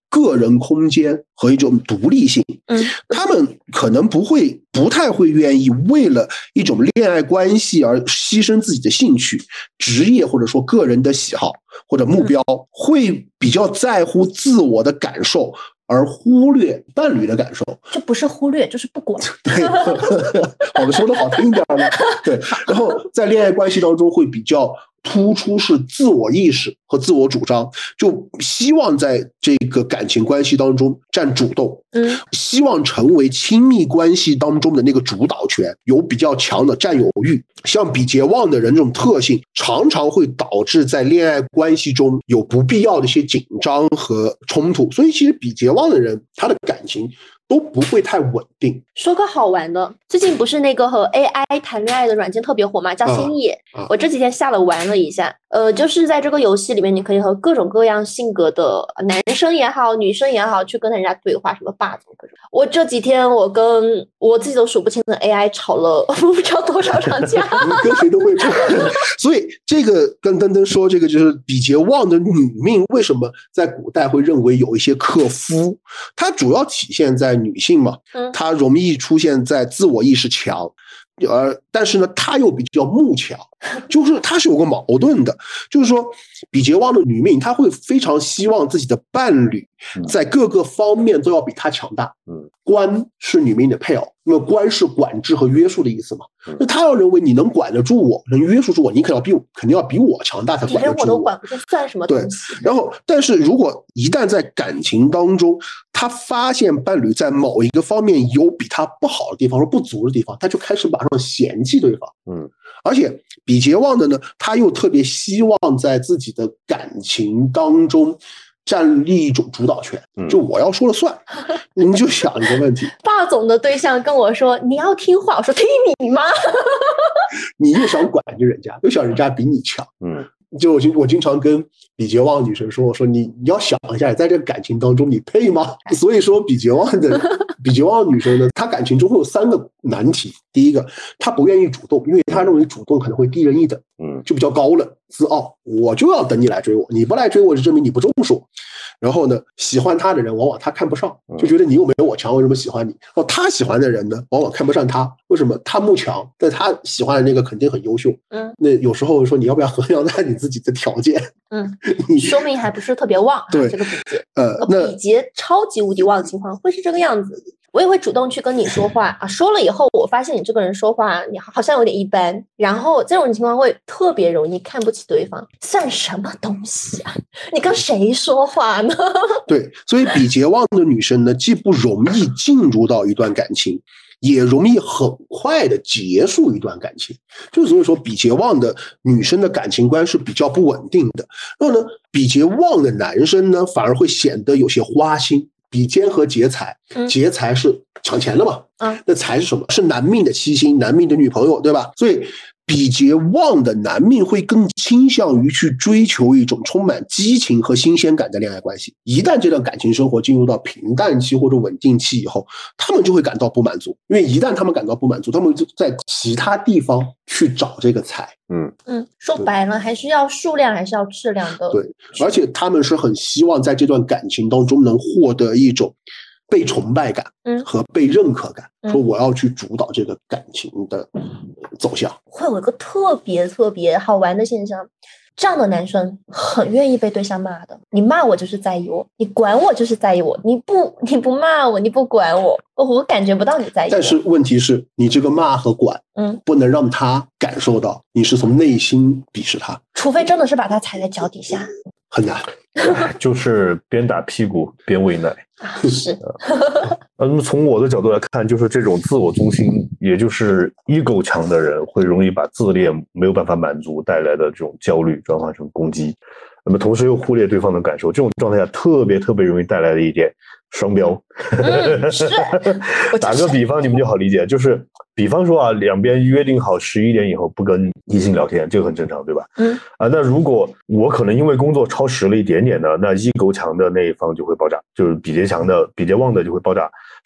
个人空间和一种独立性。 嗯， 他们可能不会不太会愿意为了一种恋爱关系而牺牲自己的兴趣、职业或者说个人的喜好或者目标，会比较在乎自我的感受而忽略伴侣的感受。 这不是忽略，就是不管。 对，我们说的好听一点呢。对，然后在恋爱关系当中会比较突出是自我意识和自我主张，就希望在这个感情关系当中占主动， 嗯， 希望成为亲密关系当中的那个主导权，有比较强的占有欲。像比劫旺的人这种特性，常常会导致在恋爱关系中有不必要的一些紧张和冲突。所以其实比劫旺的人，他的感情都不会太稳定。 说个好玩的，最近不是那个和 A I 谈恋爱的软件特别火吗？叫星野、 啊啊、 我这几天下了玩了一下，呃，就是在这个游戏里面，你可以和各种各样性格的男生也好，女生也好，去跟人家对话，什么霸总各种。我这几天我跟我自己都数不清的 A I 吵了不知道多少场架， 跟谁都会吵。所以这个跟登登说，这个就是比劫旺的女命为什么在古代会认为有一些克夫，它主要体现在女性嘛，她容易出现在自我意识强，呃，但是呢，她又比较慕强，就是她是有个矛盾的，就是说，比劫旺的女命，她会非常希望自己的伴侣在各个方面都要比她强大。 嗯， 官是女命的配偶，那么官是管制和约束的意思嘛？那她要认为你能管得住我，能约束住我，你肯定要比我肯定要比我强大才管得住我。 连我都管不住，算什么东西？ 对。然后，但是如果一旦在感情当中，他发现伴侣在某一个方面有比他不好的地方或不足的地方，他就开始马上嫌弃对方。 嗯， 而且比劫旺的呢，他又特别希望在自己的感情当中占立一种主导权，就我要说了算。你就想一个问题， 霸总的对象跟我说你要听话，我说听你妈。 你又想管着人家，又想人家比你强。 嗯， 就我经我经常跟比劫旺女生说，我说你你要想一下，在这个感情当中你配吗？所以说比劫旺的比劫旺的女生呢，她感情中会有三个难题。第一个，她不愿意主动，因为她认为主动可能会低人一等， 嗯， 就比较高冷自傲，我就要等你来追我，你不来追我就证明你不重视我。然后呢，喜欢他的人往往他看不上，就觉得你又没有我强，为什么喜欢你？哦，他喜欢的人呢，往往看不上他，为什么？他慕强，但他喜欢的那个肯定很优秀。 嗯， 那有时候说你要不要衡量在你自己的条件？ 嗯，说明还不是特别旺。 对， 这个比劫， 呃，那比劫超级无敌旺的情况会是这个样子。我也会主动去跟你说话啊，说了以后我发现你这个人说话你好像有点一般，然后这种情况会特别容易看不起对方，算什么东西啊？你跟谁说话呢？ 对，所以比劫旺的女生呢，既不容易进入到一段感情，也容易很快的结束一段感情。就所以说，比劫旺的女生的感情观是比较不稳定的。然后呢，比劫旺的男生呢，反而会显得有些花心。比肩和劫财，劫财是抢钱的嘛？嗯，那财是什么？是男命的妻星，男命的女朋友，对吧？所以比劫旺的男命会更倾向于去追求一种充满激情和新鲜感的恋爱关系。一旦这段感情生活进入到平淡期或者稳定期以后，他们就会感到不满足，因为一旦他们感到不满足，他们就在其他地方去找这个财。 嗯嗯，说白了还是要数量还是要质量的。 对，而且他们是很希望在这段感情当中能获得一种被崇拜感和被认可感，嗯，说我要去主导这个感情的走向。 会有一个特别特别好玩的现象，这样的男生很愿意被对象骂的。你骂我就是在意我，你管我就是在意我，你不你不骂我，你不管我，我感觉不到你在意我。 但是问题是你这个骂和管，嗯，不能让他感受到你是从内心鄙视他， 除非真的是把他踩在脚底下， 很难。 就是边打屁股边喂奶。 是。 那么从我的角度来看，就是这种自我中心，也就是 ego 强的人，会容易把自恋没有办法满足带来的这种焦虑转化成攻击，那么同时又忽略对方的感受，这种状态下特别特别容易带来的一点双标。 嗯，是。 打个比方你们就好理解，就是比方说啊，两边约定好十一点以后不跟异性聊天，这个很正常，对吧？嗯。啊，那如果我可能因为工作超时了一点点呢，那 ego 强的那一方就会爆炸，就是比劫强的比劫旺的就会爆炸。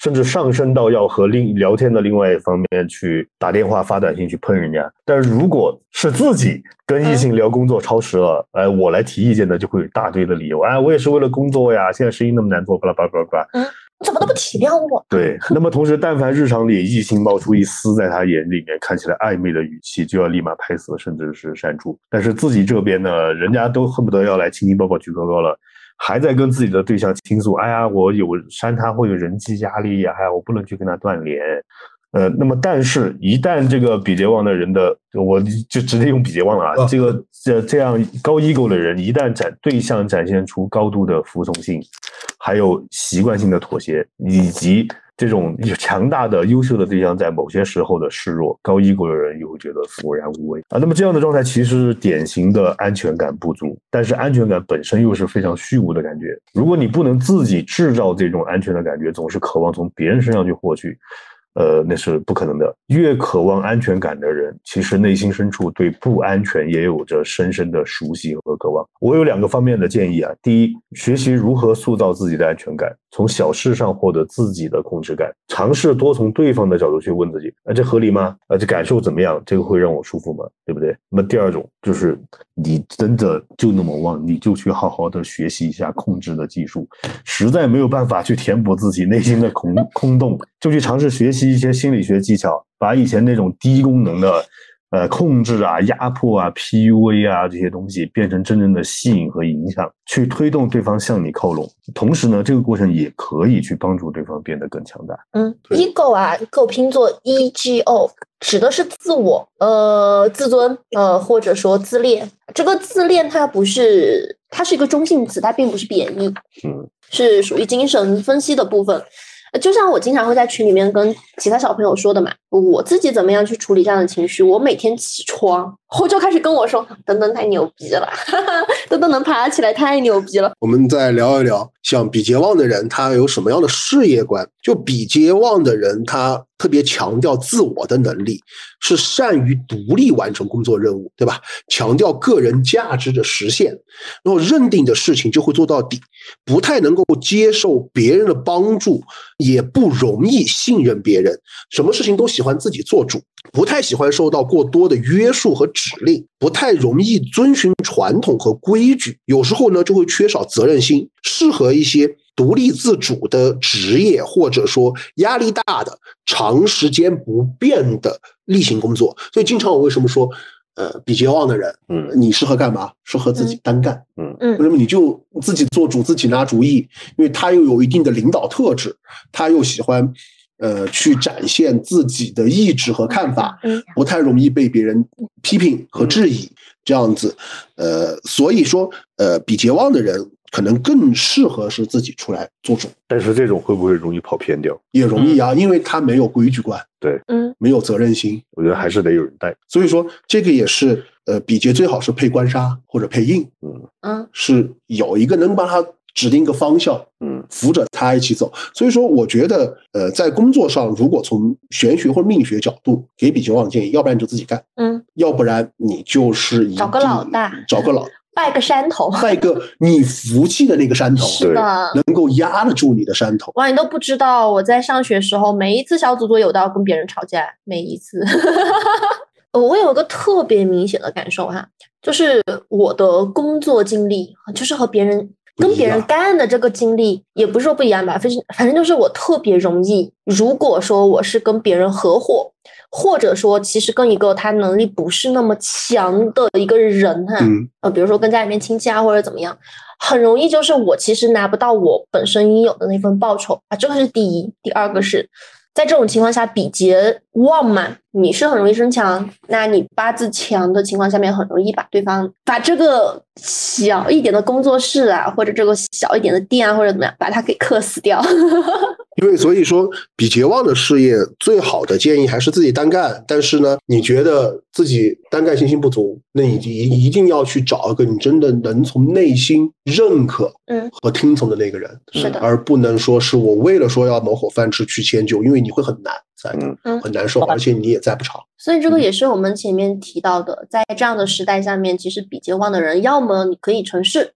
甚至上升到要和另聊天的另外一方面去打电话发短信去喷人家。但是如果是自己跟异性聊工作超时了，哎，我来提意见的就会有一大堆的理由，哎，我也是为了工作呀，现在生意那么难做，巴拉巴拉巴拉巴拉。 嗯，你怎么都不体谅我？ 对，那么同时，但凡日常里异性冒出一丝在他眼里面看起来暧昧的语气，就要立马拍死，甚至是删除。但是自己这边呢，人家都恨不得要来亲亲抱抱举高高了，还在跟自己的对象倾诉，哎呀，我有删他会有人际压力呀，哎呀，我不能去跟他断联。呃，那么但是，一旦这个比劫旺的人的，我就直接用比劫旺了啊，哦、这个这这样高 ego 的人，一旦展对象展现出高度的服从性，还有习惯性的妥协，以及这种强大的优秀的对象在某些时候的示弱，高 ego 的人又会觉得索然无味啊。那么这样的状态其实是典型的安全感不足，但是安全感本身又是非常虚无的感觉。如果你不能自己制造这种安全的感觉，总是渴望从别人身上去获取，呃，那是不可能的。越渴望安全感的人，其实内心深处对不安全也有着深深的熟悉和渴望。我有两个方面的建议啊。第一，学习如何塑造自己的安全感，从小事上获得自己的控制感，尝试多从对方的角度去问自己，啊，这合理吗？啊，这感受怎么样？这个会让我舒服吗？对不对？那么第二种就是你真的就那么旺，你就去好好的学习一下控制的技术，实在没有办法去填补自己内心的空空洞，就去尝试学习一些心理学技巧，把以前那种低功能的呃控制啊、压迫啊、P U A 啊这些东西变成真正的吸引和影响，去推动对方向你靠拢。同时呢，这个过程也可以去帮助对方变得更强大。 嗯 ，ego 啊 ，ego 拼作 E G O， 指的是自我、呃自尊、呃或者说自恋。这个自恋它不是，它是一个中性词，它并不是贬义， 嗯， 是属于精神分析的部分。就像我经常会在群里面跟其他小朋友说的嘛，我自己怎么样去处理这样的情绪，我每天起床后就开始跟我说，等等太牛逼了，等等能爬起来太牛逼了。 我们再聊一聊，像比劫旺的人他有什么样的事业观。就比劫旺的人他特别强调自我的能力，是善于独立完成工作任务，对吧？强调个人价值的实现，然后认定的事情就会做到底，不太能够接受别人的帮助，也不容易信任别人，什么事情都喜欢自己做主，不太喜欢受到过多的约束和指令，不太容易遵循传统和规矩，有时候呢就会缺少责任心，适合一些独立自主的职业，或者说压力大的长时间不变的例行工作。所以经常我为什么说呃，比劫旺的人，嗯，你适合干嘛？适合自己单干，嗯嗯，为什么你就自己做主，自己拿主意？因为他又有一定的领导特质，他又喜欢呃去展现自己的意志和看法，不太容易被别人批评和质疑，这样子，呃，所以说，呃，比劫旺的人可能更适合是自己出来做主。 但是这种会不会容易跑偏掉？ 也容易啊，因为他没有规矩观， 对， 嗯， 没有责任心， 我觉得还是得有人带。 所以说，这个也是呃，比劫最好是配官杀或者配印， 嗯嗯， 是有一个能帮他指定一个方向， 嗯， 扶着他一起走。所以说，我觉得呃，在工作上，如果从玄学或者命学角度给比劫旺建议，要不然你就自己干， 嗯， 要不然你就是找个老大， 找个老。 拜个山头， 拜个你服气的那个山头， 是的， 能够压得住你的山头。 哇，你都不知道，我在上学时候，每一次小组作业我都要跟别人吵架，每一次。我有一个特别明显的感受哈，就是我的工作经历，就是和别人跟别人干的这个经历，也不是说不一样吧，反正反正就是我特别容易，如果说我是跟别人合伙。或者说其实跟一个他能力不是那么强的一个人哈、 嗯呃，比如说跟家里面亲戚啊或者怎么样，很容易就是我其实拿不到我本身应有的那份报酬啊，这个是第一。第二个是在这种情况下，比劫旺嘛，你是很容易身强，那你八字强的情况下面，很容易把对方把这个小一点的工作室啊，或者这个小一点的店啊，或者怎么样，把它给克死掉。 因为所以说，比劫旺的事业最好的建议还是自己单干。但是呢，你觉得自己单干信心不足，那你一定要去找一个你真的能从内心认可和听从的那个人， 是的， 而不能说是我为了说要谋口饭吃去迁就，因为你会很难在嗯很难受，而且你也在不长。 所以这个也是我们前面提到的，在这样的时代下面，其实比劫旺的人，要么你可以成事，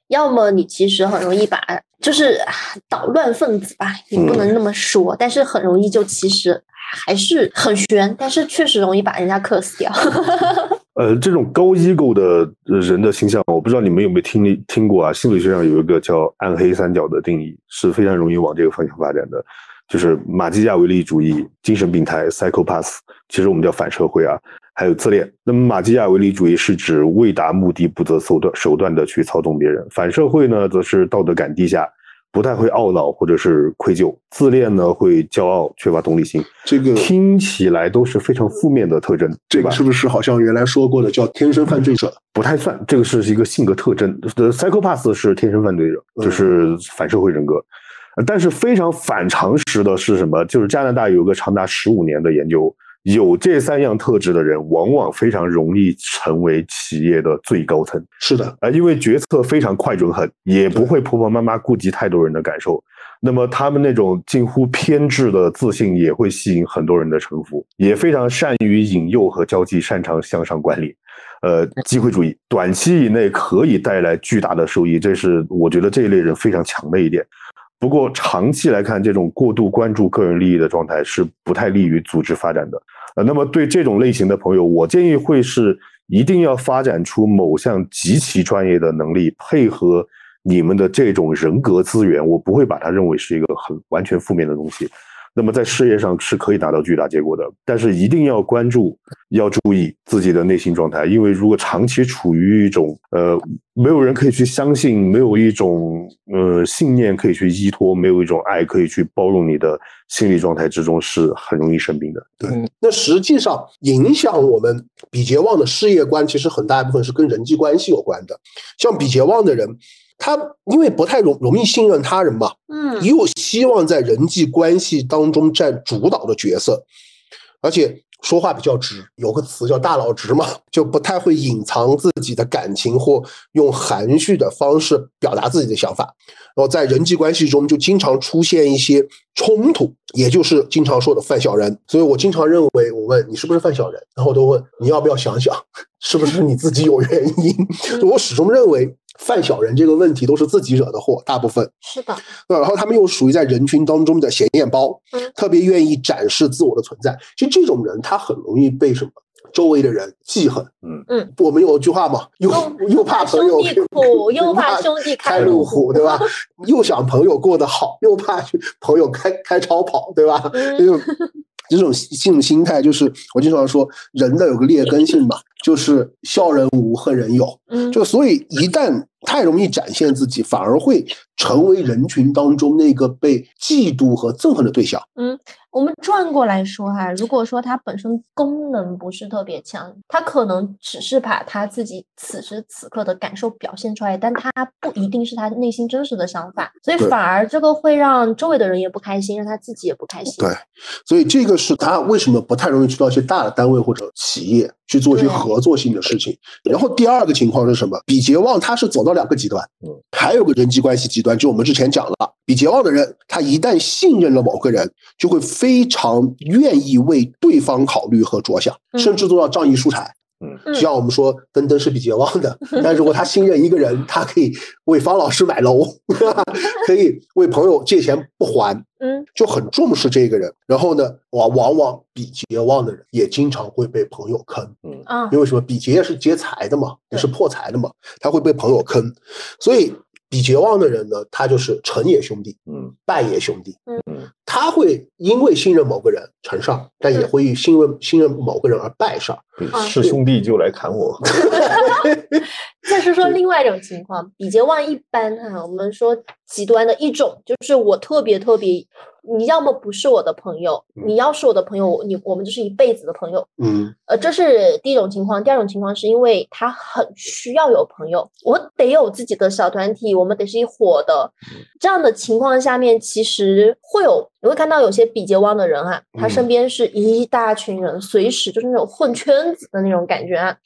要么你其实很容易把就是捣乱分子吧，也不能那么说，嗯、但是很容易就其实还是很悬，但是确实容易把人家克死掉。 呃，这种高 ego 的人的形象，我不知道你们有没有听听过啊？心理学上有一个叫暗黑三角的定义，是非常容易往这个方向发展的，就是马基亚维利主义、精神病态 psychopath， 其实我们叫反社会啊，还有自恋。那么马基亚维利主义是指为达目的不择手段手段的去操纵别人，反社会呢，则是道德感低下，不太会懊恼或者是愧疚，自恋呢会骄傲，缺乏同理心。 这个听起来都是非常负面的特征， 这个是不是好像原来说过的叫天生犯罪者？ 不太算，这个是一个性格特征。psychopath 是天生犯罪者，就是反社会人格。嗯、但是非常反常识的是什么？就是加拿大有个长达十五年的研究。有这三样特质的人，往往非常容易成为企业的最高层。 是的， 呃，因为决策非常快准狠，也不会婆婆妈妈顾及太多人的感受。那么他们那种近乎偏执的自信，也会吸引很多人的臣服，也非常善于引诱和交际，擅长向上管理。呃，机会主义，短期以内可以带来巨大的收益，这是我觉得这一类人非常强的一点。不过长期来看，这种过度关注个人利益的状态是不太利于组织发展的。呃，那么对这种类型的朋友，我建议会是一定要发展出某项极其专业的能力，配合你们的这种人格资源，我不会把它认为是一个很完全负面的东西。那么在事业上是可以达到巨大结果的，但是一定要关注，要注意自己的内心状态，因为如果长期处于一种呃没有人可以去相信，没有一种呃信念可以去依托，没有一种爱可以去包容你的心理状态之中，是很容易生病的。 对，那实际上影响我们比杰旺的事业观，其实很大一部分是跟人际关系有关的。像比杰旺的人，他因为不太容容易信任他人嘛，嗯，又希望在人际关系当中占主导的角色，而且说话比较直，有个词叫大老直嘛，就不太会隐藏自己的感情或用含蓄的方式表达自己的想法，然后在人际关系中就经常出现一些冲突，也就是经常说的犯小人。所以我经常认为，我问你是不是犯小人，然后我都问你要不要想想是不是你自己有原因。我始终认为犯小人这个问题都是自己惹的祸，大部分是的。 然后他们又属于在人群当中的显眼包，嗯，特别愿意展示自我的存在。其实这种人他很容易被什么周围的人记恨。嗯嗯，我们有句话嘛，又又怕朋友苦，又怕兄弟开路虎， 对吧？又想朋友过得好，又怕朋友开开超跑，对吧？嗯，这种性心态就是我经常说人的有个劣根性嘛，就是笑人无恨人有。嗯，就所以一旦太容易展现自己，反而会成为人群当中那个被嫉妒和憎恨的对象。 嗯，我们转过来说哈，如果说他本身功能不是特别强，他可能只是把他自己此时此刻的感受表现出来，但他不一定是他内心真实的想法，所以反而这个会让周围的人也不开心，让他自己也不开心。 对，所以这个是他为什么不太容易去到一些大的单位或者企业去做一些合作性的事情。然后第二个情况是什么？比杰旺他是走到两个极端，还有个人际关系极端，就我们之前讲了，比杰旺的人他一旦信任了某个人，就会非常愿意为对方考虑和着想，甚至做到仗义疏财。嗯，像我们说登登是比杰旺的，但如果他信任一个人，他可以为方老师买楼，可以为朋友借钱不还，嗯，就很重视这个人。然后呢，往往往比杰旺的人也经常会被朋友坑，嗯，因为什么？比劫也是劫财的嘛，也是破财的嘛，他会被朋友坑，所以比杰旺的人呢，他就是成也兄弟，嗯，败也兄弟，嗯，他会因为信任某个人成上，但也会信任信任某个人而败上。 是兄弟就来砍我。 再说说另外一种情况，比杰旺一般哈，我们说极端的一种就是我特别特别，你要么不是我的朋友，你要是我的朋友，你我们就是一辈子的朋友。嗯，呃，这是第一种情况。第二种情况是因为他很需要有朋友，我得有自己的小团体，我们得是一伙的。这样的情况下面，其实会有你会看到有些比杰旺的人啊，他身边是一大群人，随时就是那种混圈子的那种感觉啊。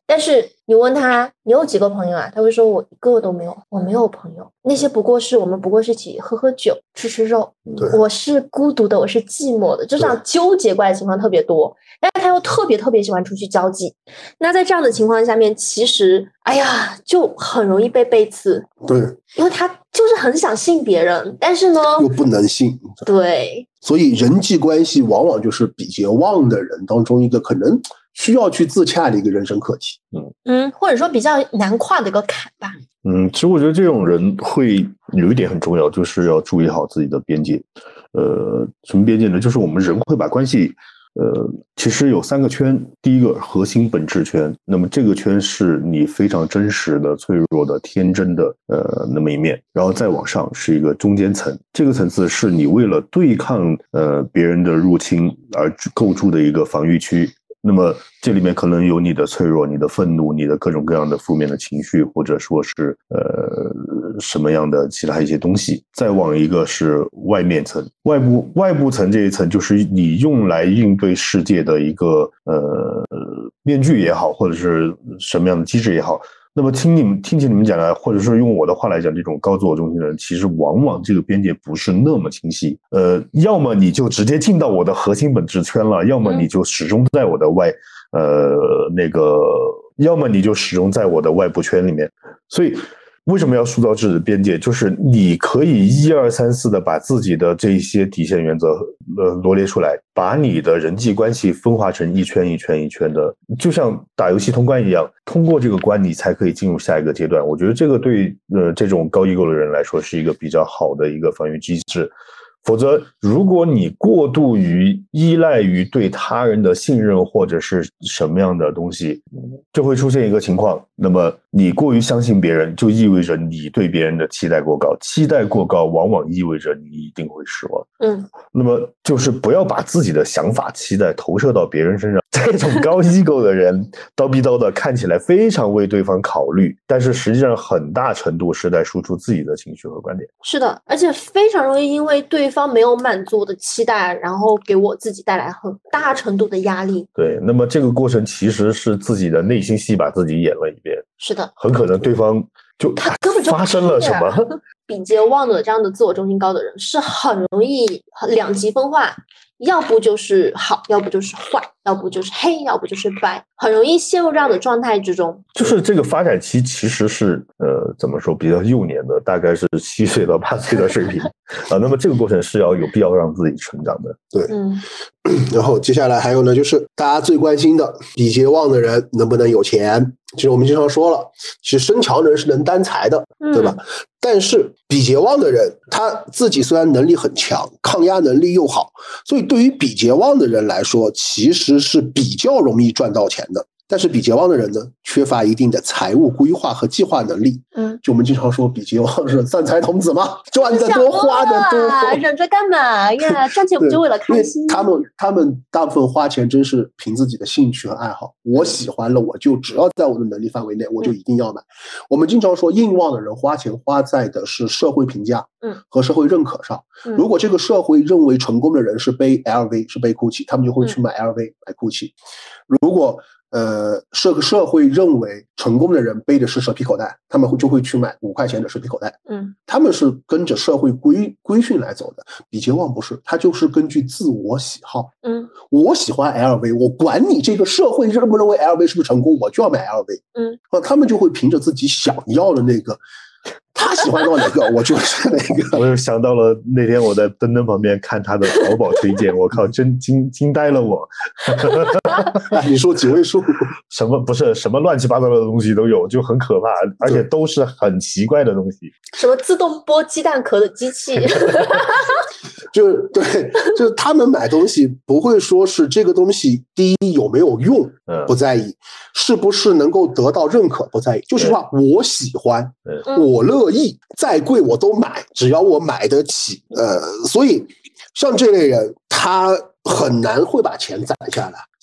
但是你问他你有几个朋友啊，他会说我一个都没有，我没有朋友，那些不过是我们不过是一起喝喝酒吃吃肉，我是孤独的，我是寂寞的，就这样纠结怪的情况特别多，但是他又特别特别喜欢出去交际。那在这样的情况下面，其实哎呀就很容易被背刺， 对， 因为他就是很想信别人，但是呢又不能信， 对， 所以人际关系往往就是比劫旺的人当中一个可能需要去自洽的一个人生课题。 嗯嗯，或者说比较难跨的一个坎吧。 嗯，其实我觉得这种人会有一点很重要，就是要注意好自己的边界。呃，什么边界呢？就是我们人会把关系，呃，其实有三个圈。第一个核心本质圈，那么这个圈是你非常真实的、脆弱的、天真的，呃，那么一面。然后再往上是一个中间层，这个层次是你为了对抗呃别人的入侵而构筑的一个防御区。那么这里面可能有你的脆弱、你的愤怒、你的各种各样的负面的情绪，或者说是呃什么样的其他一些东西。再往一个是外面层，外部外部层这一层就是你用来应对世界的一个呃面具也好，或者是什么样的机制也好。那么听你们听起你们讲来，或者说用我的话来讲，这种高自我中心的人，其实往往这个边界不是那么清晰。呃，要么你就直接进到我的核心本质圈了，要么你就始终在我的外，呃，那个，要么你就始终在我的外部圈里面。所以为什么要塑造自己的边界？就是你可以一二三四的把自己的这些底线原则呃罗列出来，把你的人际关系分化成一圈一圈一圈的，就像打游戏通关一样，通过这个关你才可以进入下一个阶段。我觉得这个对呃这种高 ego 的人来说是一个比较好的一个防御机制。否则如果你过度于依赖于对他人的信任或者是什么样的东西，就会出现一个情况，那么你过于相信别人，就意味着你对别人的期待过高，期待过高往往意味着你一定会失望。 嗯， 那么就是不要把自己的想法期待投射到别人身上。这种高 ego 的人叨逼叨的看起来非常为对方考虑，但是实际上很大程度是在输出自己的情绪和观点。 是的，而且非常容易因为对方没有满足我的期待，然后给我自己带来很大程度的压力。 对，那么这个过程其实是自己的内心戏把自己演了一遍。 是的， 很可能对方就他根本就发生了什么。 比劫旺的这样的自我中心高的人是很容易两极分化，要不就是好，要不就是坏，要不就是黑，要不就是白，很容易陷入这样的状态之中。 就是这个发展期其实是呃怎么说比较幼年的，大概是七岁到八岁的水平啊。那么这个过程是要有必要让自己成长的。 对， 嗯。 然后接下来还有呢，就是大家最关心的比劫旺的人能不能有钱。其实我们经常说了，其实身强人是能担财的，对吧？嗯，但是比劫旺的人他自己虽然能力很强，抗压能力又好，所以对于比劫旺的人来说其实是比较容易赚到钱的。但是比劫旺的人呢，缺乏一定的财务规划和计划能力。嗯，就我们经常说比劫旺是散财童子嘛，赚的多花的多， 忍着干嘛呀？赚钱不就为了开心？ 他们他们大部分花钱真是凭自己的兴趣和爱好，我喜欢了我就只要在我的能力范围内我就一定要买。嗯，我们经常说硬旺的人花钱花在的是社会评价和社会认可上。嗯，如果这个社会认为成功的人是背 L V 是背 Gucci， 他们就会去买 L V，嗯，买 Gucci。如果呃，社社会认为成功的人背的是蛇皮口袋，他们会就会去买五块钱的蛇皮口袋。嗯，他们是跟着社会规规训来走的。比劫旺不是，他就是根据自我喜好。嗯，我喜欢 L V， 我管你这个社会认不认为 L V 是不是成功，我就要买 L V。嗯，啊，他们就会凭着自己想要的那个。他喜欢到哪个我就是哪个。 我就想到了那天我在登登旁边看他的淘宝推荐，我靠，真惊惊呆了我。 你说几位数？ 什么不是什么乱七八糟的东西都有，就很可怕，而且都是很奇怪的东西。 什么自动剥鸡蛋壳的机器？ 就是对，就是他们买东西不会说是这个东西第一有没有用不在意，嗯，是不是能够得到认可不在意，就是说我喜欢，嗯，我乐意，再贵我都买，只要我买得起。呃，所以像这类人他很难会把钱攒下来，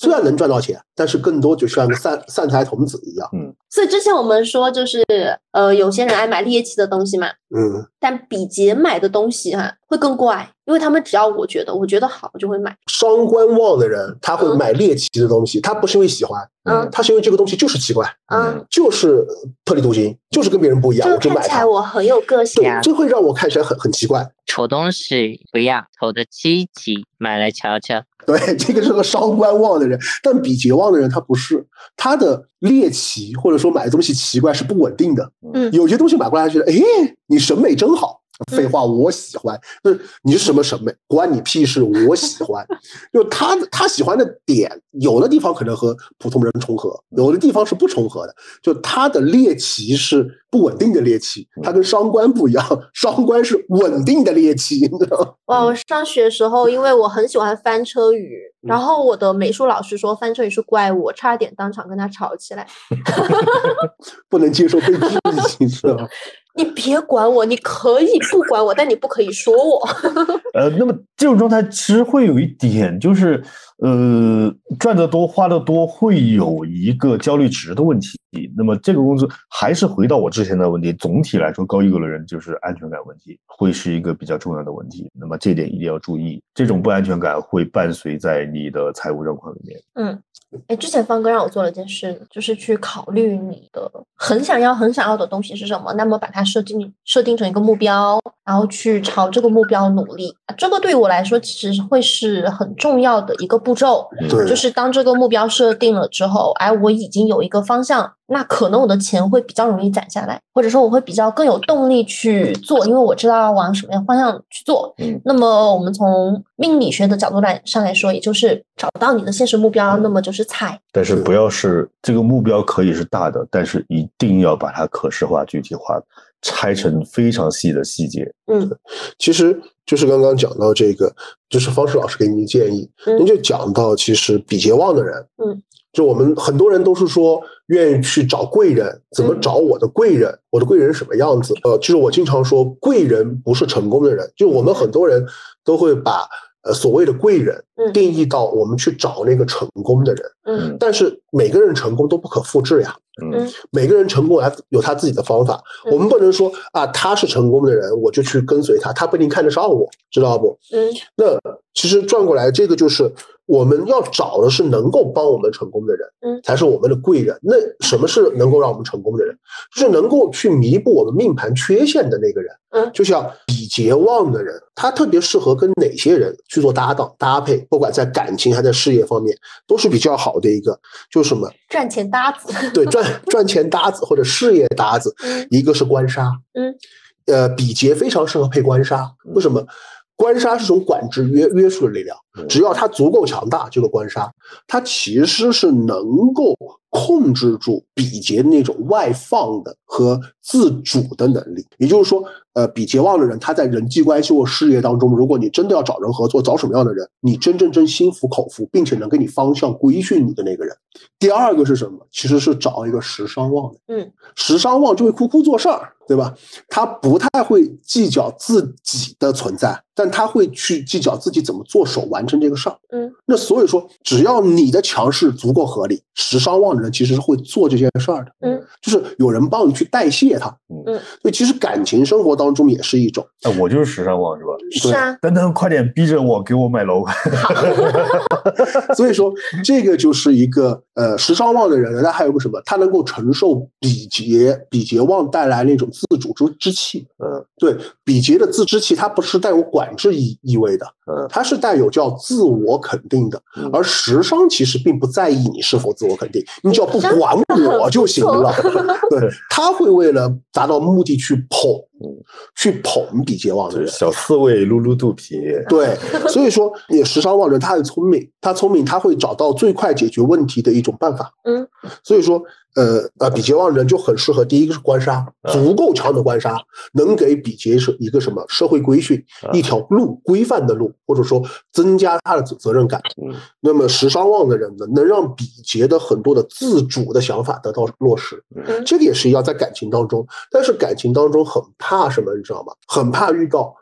虽然能赚到钱，但是更多就像个散散财童子一样。 嗯， 所以之前我们说就是呃，有些人爱买猎奇的东西嘛， 嗯， 但比劫买的东西哈、啊、会更怪，因为他们只要我觉得我觉得好，我就会买。 伤官旺的人他会买猎奇的东西，嗯、他不是因为喜欢， 嗯， 他是因为这个东西就是奇怪， 嗯， 就是特立独行，就是跟别人不一样，我就买它。 看起来我很有个性， 对，这会让我看起来很很奇怪。 丑东西不要，丑的稀奇，买来瞧瞧。 对，这个是个伤官旺的人，但比劫旺的人他不是，他的猎奇或者说买的东西奇怪是不稳定的。 嗯， 有些东西买过来觉得，哎，你审美真好。废话，我喜欢。就是你是什么审美，关你屁事。我喜欢，就他他喜欢的点，有的地方可能和普通人重合，有的地方是不重合的。就他的猎奇是不稳定的猎奇，他跟伤官不一样，伤官是稳定的猎奇，你知道吗？ 哇，我上学的时候，因为我很喜欢翻车语，然后我的美术老师说翻车语是怪物，我差点当场跟他吵起来。 不能接受被质疑，是吧？ 你别管我，你可以不管我，但你不可以说我。 呃，那么这种状态其实会有一点，就是呃，赚得多花得多会有一个焦虑值的问题。那么这个工作还是回到我之前的问题，总体来说高一格的人就是安全感问题会是一个比较重要的问题。那么这点一定要注意，这种不安全感会伴随在你的财务状况里面。 嗯。哎，之前方哥让我做了一件事，就是去考虑你的很想要、很想要的东西是什么，那么把它设定设定成一个目标，然后去朝这个目标努力。这个对于我来说，其实会是很重要的一个步骤。 对， 就是当这个目标设定了之后，哎，我已经有一个方向，那可能我的钱会比较容易攒下来，或者说我会比较更有动力去做，因为我知道要往什么样方向去做。 嗯， 那么我们从命理学的角度来上来说，也就是找到你的现实目标，那么就是财。 但是不要是这个目标可以是大的，但是一定要把它可视化、具体化，拆成非常细的细节。 嗯， 其实就是刚刚讲到这个，就是方式老师给你的建议， 嗯、 您就讲到其实比劫旺的人， 嗯， 就我们很多人都是说愿意去找贵人，怎么找我的贵人？嗯、我的贵人是什么样子？呃，就是我经常说，贵人不是成功的人，就我们很多人都会把呃所谓的贵人定义到我们去找那个成功的人， 嗯， 但是每个人成功都不可复制呀。 嗯， 每个人成功还有他自己的方法， 嗯、 我们不能说啊，他是成功的人，我就去跟随他，他不一定看得上我，知道不？ 嗯， 那其实转过来，这个就是我们要找的是能够帮我们成功的人， 嗯， 才是我们的贵人。那什么是能够让我们成功的人？就是能够去弥补我们命盘缺陷的那个人。 嗯， 就像比劫旺的人，他特别适合跟哪些人去做搭档搭配，不管在感情还在事业方面，都是比较好的一个，就是什么赚钱搭子， 对，赚赚钱搭子或者事业搭子。 嗯、 一个是官杀， 嗯， 呃，比劫非常适合配官杀，为什么？官杀是种管制约约束的力量，只要它足够强大，这个官杀它其实是能够控制住比劫的那种外放的和自主的能力。也就是说，呃，比劫旺的人，他在人际关系或事业当中，如果你真的要找人合作，找什么样的人？你真正真心服口服，并且能给你方向规训你的那个人。第二个是什么？其实是找一个时商旺的， 嗯， 时商旺就会哭哭做事儿，对吧？他不太会计较自己的存在，但他会去计较自己怎么做手完成这个事儿。 嗯， 那所以说，只要你的强势足够合理，时商旺的人其实是会做这件事儿的。 嗯， 就是有人帮你去代谢它。 嗯， 所以其实感情生活当中也是一种。 啊，我就是时尚旺是吧？ 是啊。 等等，快点逼着我给我买楼。 所以说，这个就是一个呃时尚旺的人，他还有个什么？他能够承受比劫比劫旺带来那种自主之之气。 嗯， 对，比劫的自之气，它不是带有管制意意味的， 嗯， 它是带有叫自我肯定的。 嗯、 而时商其实并不在意你是否自我肯定，你只要不管我就行了。对，他会为了达到目的去捧。嗯，去捧比劫旺的人， 小刺猬撸撸肚皮。 对，所以说也时商旺人，他很聪明，他聪明，他会找到最快解决问题的一种办法。 嗯， 所以说，呃呃，比劫旺人就很适合，第一个是官杀，足够强的官杀，能给比劫是一个什么社会规训，一条路规范的路，或者说增加他的责任感。 嗯， 那么时商旺的人呢，能让比劫的很多的自主的想法得到落实。 嗯， 这个也是要在感情当中，但是感情当中很怕什么，你知道吗？很怕遇到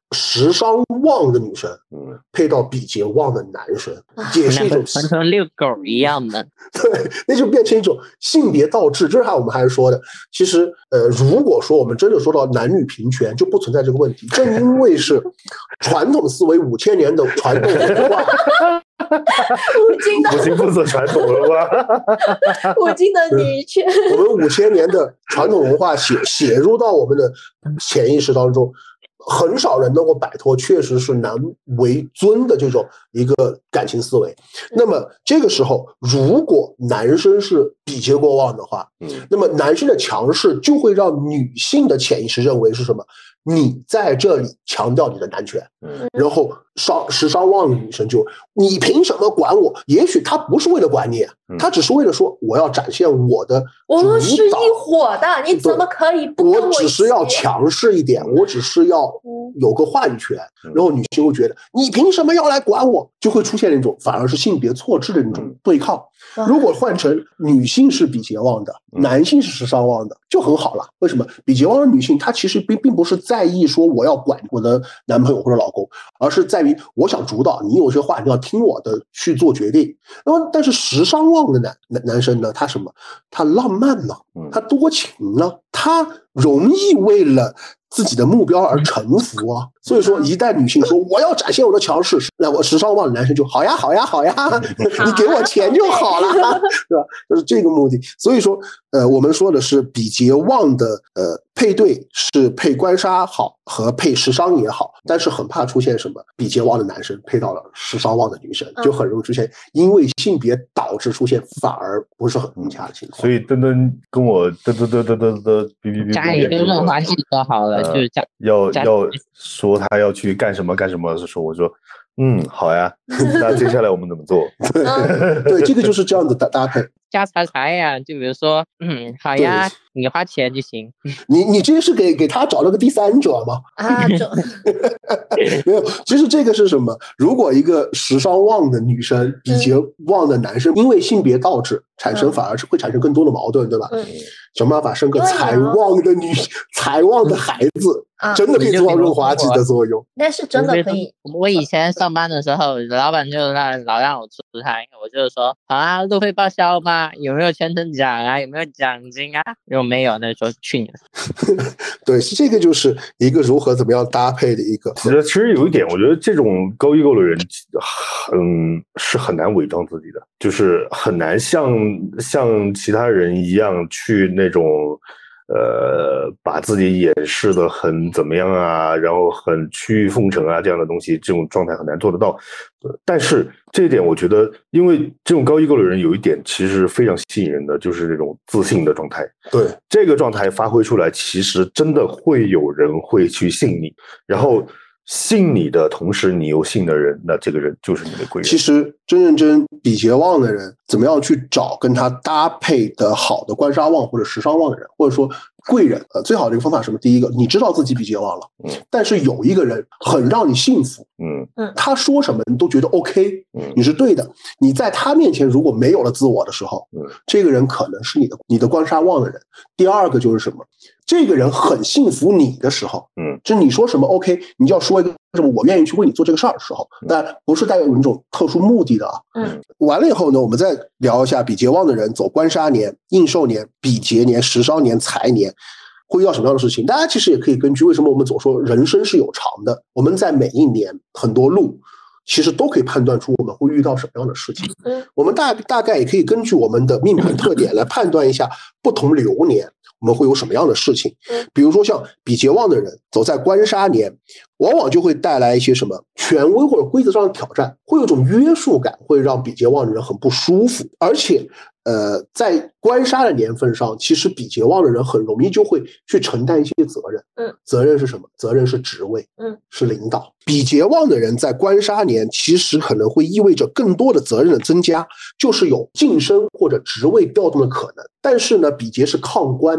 时商旺的女生， 嗯， 配到比劫旺的男生，也是一种传成遛狗一样的。 对，那就变成一种性别倒置。这是还我们还是说的，其实呃，如果说我们真的说到男女平权，就不存在这个问题。正因为是传统思维五千年的传统文化。 五金的五金负责传统文化， 五金的女权， 我们五千年的传统文化写写入到我们的潜意识当中，很少人能够摆脱确实是男为尊的这种一个感情思维。那么这个时候，如果男生是比劫过旺的话，那么男生的强势就会让女性的潜意识认为是什么？你在这里强调你的男权，然后商时商旺的女生就你凭什么管我？也许他不是为了管你，他只是为了说我要展现我的主导， 我们是一伙的，你怎么可以不跟我一起？ 我只是要强势一点，我只是要有个话语权，然后女性会觉得你凭什么要来管我？就会出现那种反而是性别错置的那种对抗。如果换成女性是比劫旺的，男性是时商旺的，就很好了。为什么？比劫旺的女性她其实并并不是在意说我要管我的男朋友或者老公，而是在于我想主导，你有些话你要听我的去做决定。那么但是时商旺的男男男生呢，他什么？他浪漫呢，他多情呢，他容易为了自己的目标而臣服啊。所以说一旦女性说我要展现我的强势，那我时商旺的男生就好呀好呀好呀，你给我钱就好了，对吧？就是这个目的。所以说呃，我们说的是比劫旺的呃配对是配官杀好和配时商也好，但是很怕出现什么比劫旺的男生配到了时商旺的女生，就很容易出现因为性别导致出现反而不是很融洽的情况。 所以登登跟我嘚嘚嘚嘚嘚嘚哔哔哔， 家里的润滑剂都好了，就是这样。 要要说他要去干什么干什么的时候，我说嗯好呀，那接下来我们怎么做？ 对对，这个就是这样的搭搭配。 加财财呀，就比如说，嗯，好呀，你花钱就行。 你你这是给给他找了个第三者吗？ 啊，这没有，其实这个是什么？如果一个时商旺的女生比劫旺的男生，因为性别倒置产生，反而是会产生更多的矛盾，对吧？嗯，想办法生个财旺的女财旺的孩子，真的可以做到润滑剂的作用。 但是真的可以。 我以前上班的时候，老板就让老让我出差，我就说好啊，路费报销吧。有没有全程奖啊？有没有奖金啊？如果没有，那就说去你的。 对，这个就是一个如何怎么样搭配的一个。 其实，其实有一点，我觉得这种高 ego 的人，嗯，是很难伪装自己的，就是很难像像其他人一样去那种。呃，把自己掩饰的很怎么样啊，然后很趋于奉承啊，这样的东西，这种状态很难做得到。但是这一点，我觉得，因为这种高 ego 的人有一点其实非常吸引人的，就是这种自信的状态。 对， 这个状态发挥出来，其实真的会有人会去信你，然后信你的同时，你又信的人，那这个人就是你的贵人。 其实真认真比劫旺的人，怎么样去找跟他搭配的好的官杀旺或者时商旺的人，或者说贵人？呃，最好的一个方法是什么？第一个，你知道自己比劫旺了，嗯，但是有一个人很让你信服，嗯嗯，他说什么你都觉得 OK， 嗯，你是对的。你在他面前如果没有了自我的时候，嗯，这个人可能是你的你的官杀旺的人。第二个就是什么？这个人很信服你的时候，嗯，就是你说什么 OK， 你就要说一个什么我愿意去为你做这个事儿的时候，但不是带有一种特殊目的的啊。嗯，完了以后呢，我们再聊一下比劫旺的人走官杀年、应寿年、比劫年、时商年、财年会遇到什么样的事情。大家其实也可以根据为什么我们总说人生是有常的，我们在每一年很多路其实都可以判断出我们会遇到什么样的事情。嗯，我们大大概也可以根据我们的命盘特点来判断一下不同流年我们会有什么样的事情。比如说像比劫旺的人走在官杀年，往往就会带来一些什么权威或者规则上的挑战，会有一种约束感，会让比劫旺的人很不舒服。而且呃，在官杀的年份上，其实比劫旺的人很容易就会去承担一些责任。嗯，责任是什么？责任是职位，嗯，是领导。比劫旺的人在官杀年，其实可能会意味着更多的责任的增加，就是有晋升或者职位调动的可能。但是呢，比劫是抗官的嘛，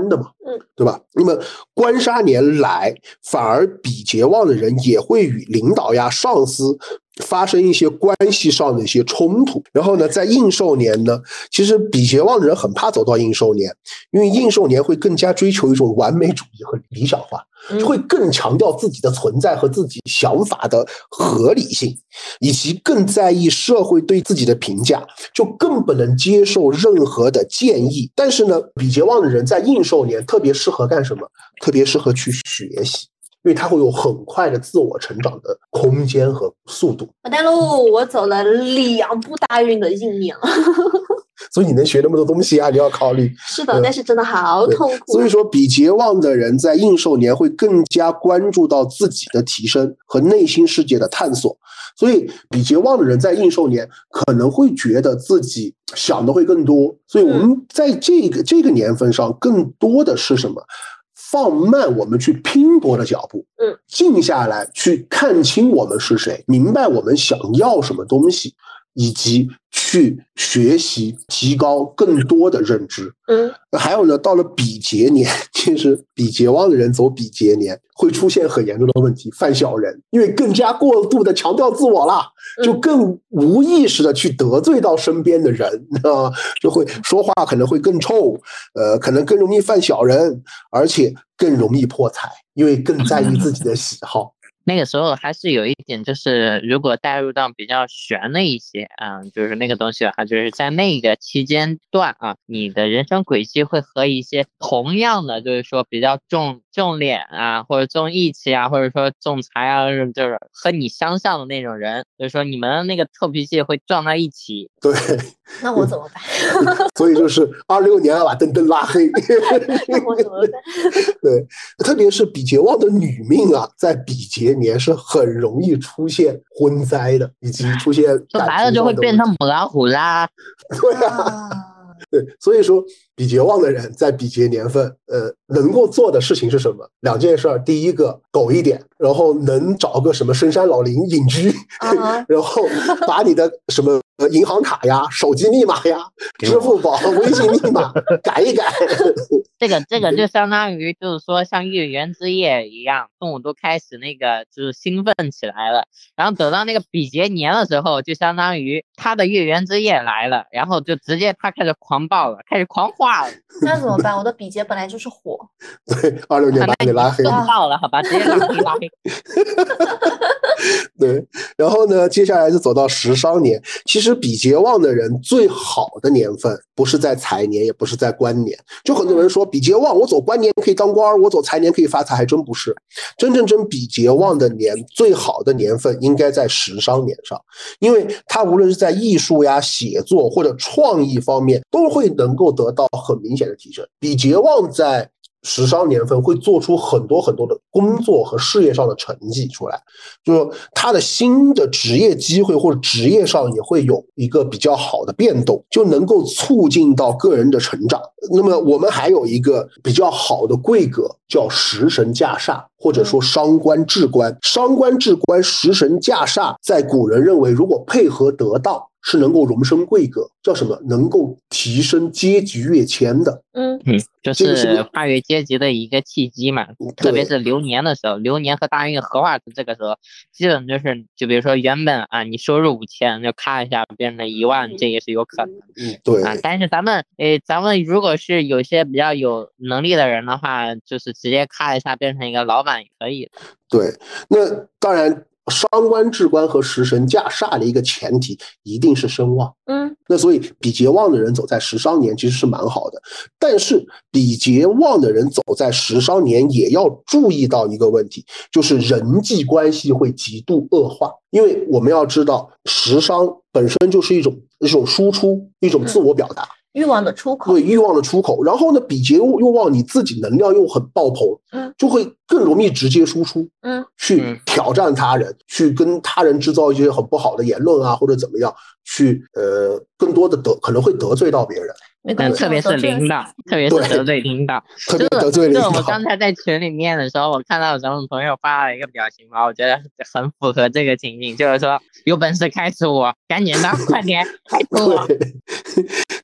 对吧？那么官杀年来，反而比劫旺的人也会与领导呀、上司发生一些关系上的一些冲突。然后呢，在应寿年呢，其实比劫旺的人很怕走到应寿年，因为应寿年会更加追求一种完美主义和理想化，就会更强调自己的存在和自己想法的合理性，以及更在意社会对自己的评价，就更不能接受任何的建议。但是呢，比劫旺的人在应寿年特别适合干什么？特别适合去学习，因为他会有很快的自我成长的空间和速度。 完蛋喽，我走了两步大运的应年了。 所以你能学那么多东西啊，你要考虑。 是的，但是真的好痛苦。 所以说比劫旺的人在应寿年会更加关注到自己的提升和内心世界的探索。所以比劫旺的人在应寿年可能会觉得自己想的会更多。所以我们在这个这个年份上更多的是什么？放慢我们去拼搏的脚步， 嗯， 静下来去看清我们是谁，明白我们想要什么东西，以及去学习提高更多的认知。 嗯， 还有呢，到了比劫年，其实比劫旺的人走比劫年会出现很严重的问题，犯小人，因为更加过度的强调自我了，就更无意识的去得罪到身边的人啊，就会说话可能会更臭，呃，可能更容易犯小人，而且更容易破财，因为更在意自己的喜好。 那个时候还是有一点，就是如果带入到比较玄的一些啊、嗯，就是那个东西的话，就是在那个期间段啊，你的人生轨迹会和一些同样的，就是说比较重重脸啊，或者重义气啊，或者说重财啊，就是和你相像的那种人，就是说你们那个臭脾气会撞到一起。 对， 那我怎么办？ 所以就是二六年要把灯灯拉黑。 那我怎么办？ 对，特别是比劫旺的女命啊，在比劫年是很容易出现婚灾的，以及出现说白了就会变成母老虎啦。 对啊，对，所以说比劫旺的人在比劫年份，呃，能够做的事情是什么？两件事儿，第一个苟一点，然后能找个什么深山老林隐居， uh-huh. 然后把你的什么银行卡呀、手机密码呀、支付宝、微信密码改一改。 这个这个就相当于就是说像月圆之夜一样，动物都开始那个就是兴奋起来了，然后等到那个比劫年的时候，就相当于他的月圆之夜来了，然后就直接他开始狂暴了，开始狂化了。 那怎么办？我的比劫本来就是火。 对，二六年把你拉黑。 都爆了，好吧，直接拉黑拉黑。 对，然后呢，接下来就走到食伤年。其实比劫旺的人最好的年份不是在财年，也不是在官年。就很多人说比劫旺，我走官年可以当官，我走财年可以发财，还真不是。真正真比劫旺的年，最好的年份应该在食伤年上，因为它无论是在艺术呀、写作或者创意方面，都会能够得到很明显的提升。比劫旺在食伤年份会做出很多很多的工作和事业上的成绩出来，就是他的新的职业机会或者职业上也会有一个比较好的变动，就能够促进到个人的成长。那么我们还有一个比较好的贵格叫食神驾煞，或者说伤官制官。伤官制官，食神驾煞，在古人认为如果配合得当是能够荣升贵格，叫什么？能够提升阶级跃迁的。 嗯嗯，就是跨越阶级的一个契机嘛。特别是流年的时候，流年和大运合化的这个时候，基本就是就比如说原本啊你收入五千，就咔一下变成一万，这也是有可能。 嗯，对啊。但是咱们诶，咱们如果是有些比较有能力的人的话，就是直接咔一下变成一个老板也可以的。 对，那当然。伤官制官和食神驾煞的一个前提一定是声望， 嗯， 那所以比劫旺的人走在食伤年其实是蛮好的，但是比劫旺的人走在食伤年也要注意到一个问题，就是人际关系会极度恶化，因为我们要知道食伤本身就是一种一种输出，一种自我表达。嗯， 欲望的出口， 对，欲望的出口。然后呢，比劫又旺，你自己能量又很爆棚， 嗯， 就会更容易直接输出， 嗯， 去挑战他人，去跟他人制造一些很不好的言论啊，或者怎么样，去呃更多的得可能会得罪到别人。 但特别是领导，特别是得罪领导， 特别得罪领导。 就我刚才在群里面的时候，我看到咱们朋友发了一个表情包，我觉得很符合这个情境，就是说有本事开除我，赶紧的，快点开除我。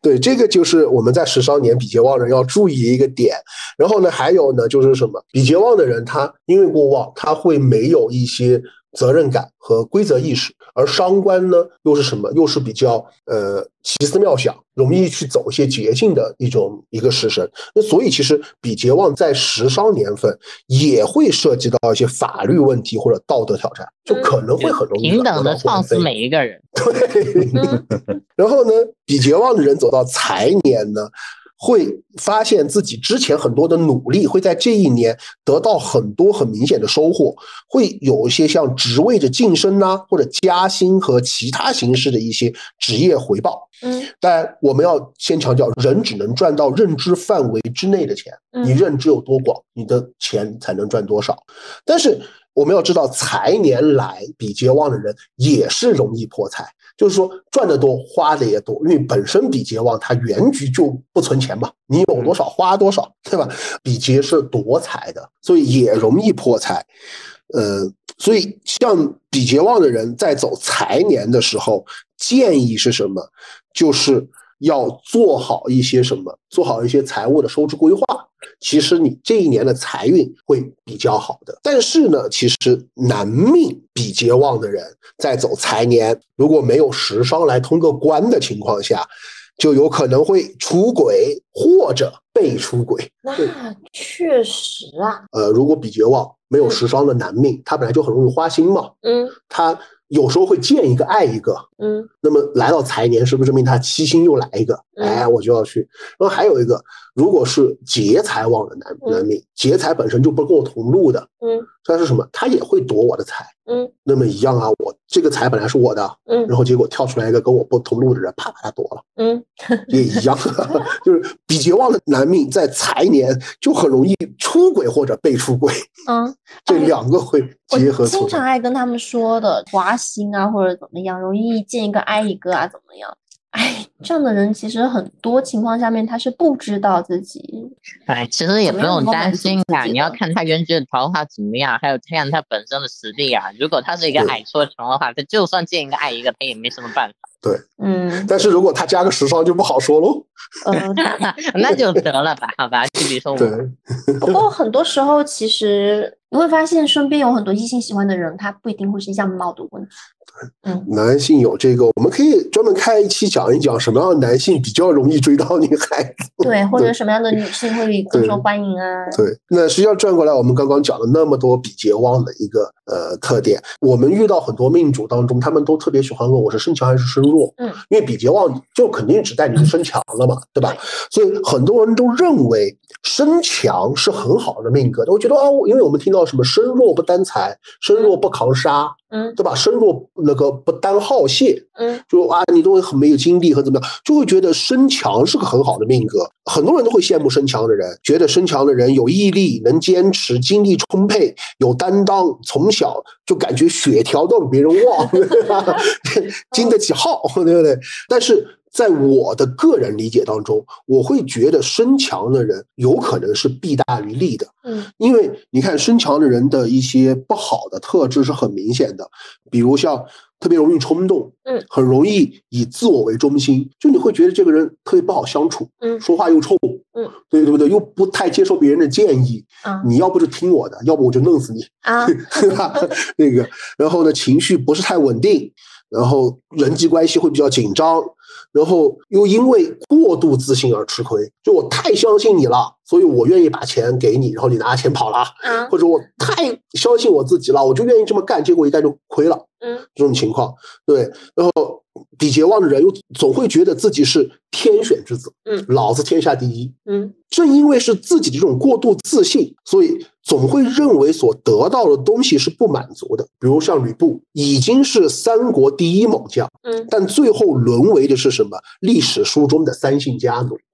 对，这个就是我们在十商年比劫旺人要注意的一个点。然后呢，还有呢，就是什么？比劫旺的人，他因为过旺，他会没有一些责任感和规则意识，而伤官呢，又是什么？又是比较呃奇思妙想，容易去走一些捷径的一种一个食神。那所以其实比劫旺在十商年份也会涉及到一些法律问题或者道德挑战，就可能会很容易平等的创死每一个人。 对，然后呢，比劫旺的人走到财年呢，会发现自己之前很多的努力会在这一年得到很多很明显的收获，会有一些像职位的晋升啊，或者加薪和其他形式的一些职业回报。嗯，但我们要先强调，人只能赚到认知范围之内的钱，你认知有多广，你的钱才能赚多少。但是我们要知道，财年来比劫旺的人也是容易破财，就是说赚得多花的也多，因为本身比劫旺它原局就不存钱嘛，你有多少花多少，对吧？比劫是夺财的，所以也容易破财。呃，所以像比劫旺的人在走财年的时候，建议是什么？就是要做好一些什么？做好一些财务的收支规划。其实你这一年的财运会比较好的。但是呢，其实男命比劫旺的人在走财年，如果没有食伤来通个关的情况下，就有可能会出轨或者被出轨。 那确实啊， 呃，如果比劫旺没有食伤的男命，他本来就很容易花心嘛，嗯，他有时候会见一个爱一个，嗯，那么来到财年，是不是证明他七星又来一个？哎，我就要去。然后还有一个，如果是劫财旺的男男命，劫财本身就不跟我同路的，嗯，他是什么？他也会夺我的财，嗯，那么一样啊，我这个财本来是我的，嗯，然后结果跳出来一个跟我不同路的人，啪把他夺了，嗯，也一样，就是比劫旺的男命在财年就很容易出轨或者被出轨，嗯，这两个会结合。 我经常爱跟他们说的，花心啊或者怎么样，容易见一个爱一个啊，怎么样？哎，这样的人其实很多情况下面他是不知道自己， 哎，其实也不用担心啊。你要看他原局的桃花怎么样，还有看他本身的实力啊。如果他是一个矮矬穷的话，他就算见一个爱一个，他也没什么办法。 对，嗯，但是如果他加个食伤就不好说喽。 呃，那就得了吧，好吧，就比如说我。 对。 不过很多时候，其实你会发现身边有很多异性喜欢的人，他不一定会是样貌的问题。 嗯，男性有这个，我们可以专门开一期讲一讲什么样的男性比较容易追到女孩子， 对，或者什么样的女性会更受欢迎啊？ 对，对，那实际上转过来，我们刚刚讲了那么多比劫旺的一个呃特点，我们遇到很多命主当中，他们都特别喜欢问我是身强还是身弱，嗯，因为比劫旺就肯定指代你是身强了嘛，对吧？所以很多人都认为身强是很好的命格，我觉得啊，因为我们听到什么身弱不担财，身弱不扛杀。嗯，对吧？身弱那个不担好谢，嗯，就啊，你都会很没有精力和怎么样，就会觉得身强是个很好的命格。很多人都会羡慕身强的人，觉得身强的人有毅力、能坚持、精力充沛、有担当，从小就感觉血条都比别人旺，经得起耗，对不对？但是在我的个人理解当中，我会觉得身强的人有可能是弊大于利的。嗯，因为你看身强的人的一些不好的特质是很明显的，比如像特别容易冲动，嗯，很容易以自我为中心，就你会觉得这个人特别不好相处，嗯，说话又冲，嗯，对对不对？又不太接受别人的建议，啊，你要不就听我的，要不我就弄死你啊，对吧？那个，然后呢，情绪不是太稳定，然后人际关系会比较紧张。然后又因为过度自信而吃亏，就我太相信你了，所以我愿意把钱给你，然后你拿钱跑了，嗯，或者我太相信我自己了，我就愿意这么干，结果一干就亏了，嗯，这种情况，对，然后比劫旺的人又总会觉得自己是天选之子，嗯，老子天下第一，嗯，正因为是自己这种过度自信，所以总会认为所得到的东西是不满足的。比如像吕布已经是三国第一猛将，嗯，但最后沦为的是什么？历史书中的三姓家奴，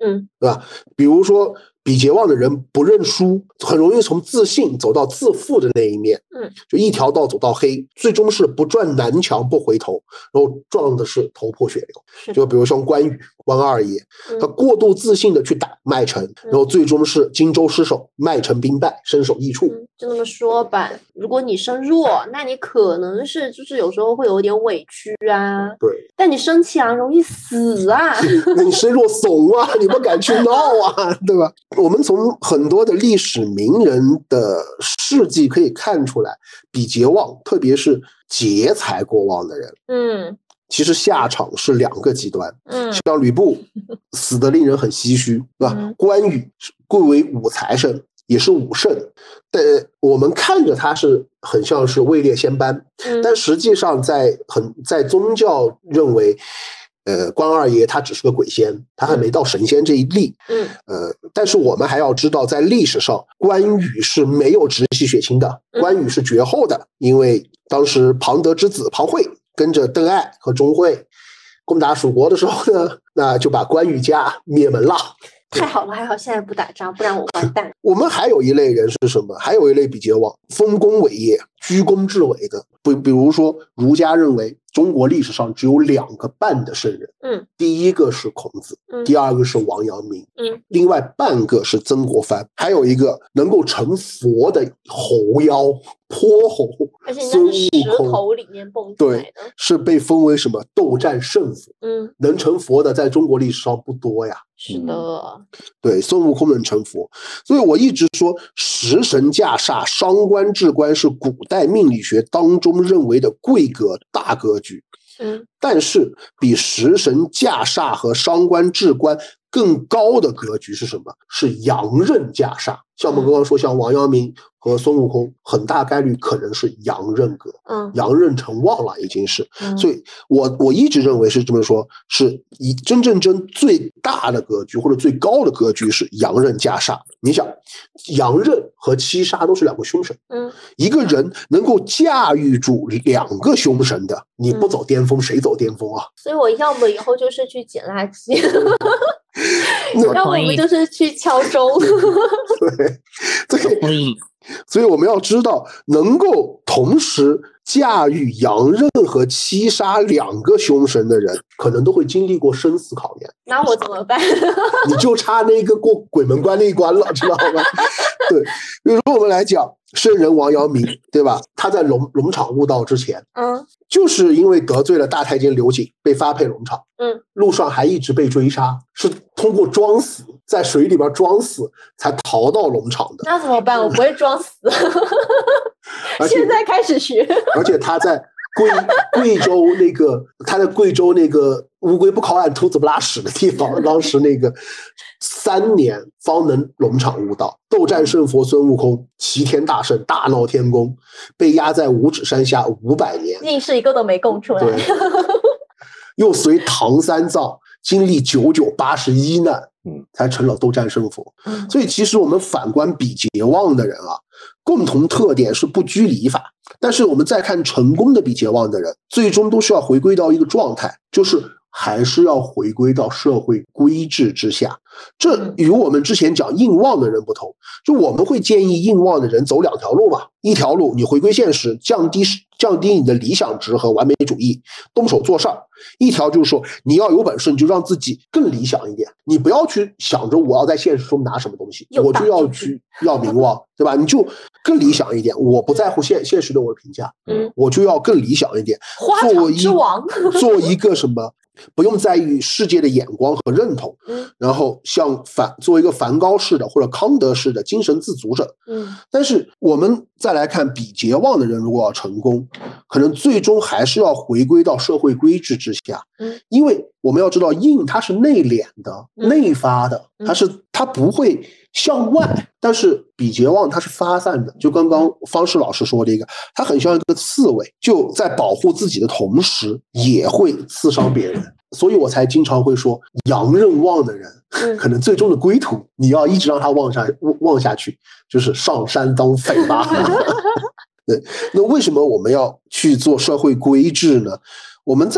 嗯， 对吧？比如说比劫旺的人不认输，很容易从自信走到自负的那一面， 嗯， 就一条道走到黑，最终是不撞南墙不回头，然后撞的是头破血流。就比如像关羽关二爷，他过度自信的去打麦城，嗯、然后最终是荆州失守，麦城兵败，身首异处。 嗯、就那么说吧，如果你生弱，那你可能是就是有时候会有点委屈啊， 对， 但你生强容易死啊， 那你身弱怂啊，你不敢去闹啊，对吧？我们从很多的历史名人的事迹可以看出来，比劫旺，特别是劫财过旺的人， 嗯，其实下场是两个极端。 嗯， 像吕布死的令人很唏嘘，对吧？嗯、关羽贵为武财神，也是武圣，但我们看着他是很像是位列仙班，嗯、但实际上在很在宗教认为。呃，关二爷他只是个鬼仙，他还没到神仙这一例。 嗯， 呃，但是我们还要知道，在历史上，关羽是没有直系血亲的，关羽是绝后的，嗯、因为当时庞德之子庞惠跟着邓艾和钟会攻打蜀国的时候呢，那就把关羽家灭门了。 太好了，还好现在不打仗，不然我完蛋。 我们还有一类人是什么？还有一类比劫旺，丰功伟业、居功至伟的。比比如说，儒家认为中国历史上只有两个半的圣人， 嗯， 第一个是孔子， 嗯， 第二个是王阳明， 嗯， 另外半个是曾国藩，还有一个能够成佛的猴妖泼猴， 而且那是石头里面蹦出来的， 对，是被封为什么斗战胜佛， 嗯， 能成佛的在中国历史上不多呀。 是的， 嗯、对，孙悟空能成佛，所以我一直说食神驾煞、伤官制官是古代命理学当中认为的贵格大格局。 嗯， 但是比食神驾煞和伤官制官更高的格局是什么？是阳刃驾煞。像我们刚刚说，像王阳明和孙悟空，很大概率可能是阳刃格， 嗯， 阳刃成旺了，已经是。 嗯、 所以我我一直认为是这么说，是以真正真最大的格局或者最高的格局是阳刃驾煞。你想，阳刃和七杀都是两个凶神， 嗯， 一个人能够驾驭住两个凶神的，你不走巅峰，嗯、谁走巅峰啊？ 所以我要么以后就是去捡垃圾。要么我们就是去敲钟。 对，对，所以我们要知道，能够同时驾驭阳刃和七杀两个凶神的人，可能都会经历过生死考验。 那我怎么办？ 你就差那个过鬼门关那一关了，知道吗？对，比如说我们来讲圣人王阳明，对吧？他在龙龙场悟道之前， 嗯， 就是因为得罪了大太监刘瑾，被发配龙场， 嗯， 路上还一直被追杀，是通过装死，在水里边装死才逃到龙场的。 那怎么办？我不会装死。现在开始学。 而且他在贵贵州那个，他在贵州那个乌龟不靠岸，兔子不拉屎的地方，当时那个三年方能龙场悟道，斗战胜佛孙悟空齐天大圣，大闹天宫，被压在五指山下五百年， 硬是一个都没供出来。 又随唐三藏经历九九八十一难， 嗯， 才成了斗战胜佛。 嗯， 所以其实我们反观比劫旺的人啊，共同特点是不拘礼法。但是我们再看成功的比劫旺的人，最终都是要回归到一个状态，就是还是要回归到社会规制之下。这与我们之前讲硬旺的人不同，就我们会建议硬旺的人走两条路嘛。一条路你回归现实，降低降低你的理想值和完美主义，动手做事儿。一条就是说你要有本事，你就让自己更理想一点，你不要去想着我要在现实中拿什么东西，我就要去要名望，对吧？你就更理想一点，我不在乎现现实对我的评价， 嗯， 我就要更理想一点， 花场之王， 做一个什么不用在意世界的眼光和认同， 嗯， 然后像梵做一个梵高式的或者康德式的精神自足者， 嗯， 但是我们再来看比劫旺的人，如果要成功，可能最终还是要回归到社会规制之下， 嗯， 因为我们要知道硬它是内敛的、 嗯、 内发的，它是它不会向外，但是比劫旺它是发散的，就刚刚方式老师说的一个，它很像一个刺猬，就在保护自己的同时也会刺伤别人，所以我才经常会说阳刃旺的人、嗯、可能最终的归途你要一直让他旺下旺下去，就是上山当匪吧。对，那为什么我们要去做社会规制呢？我们在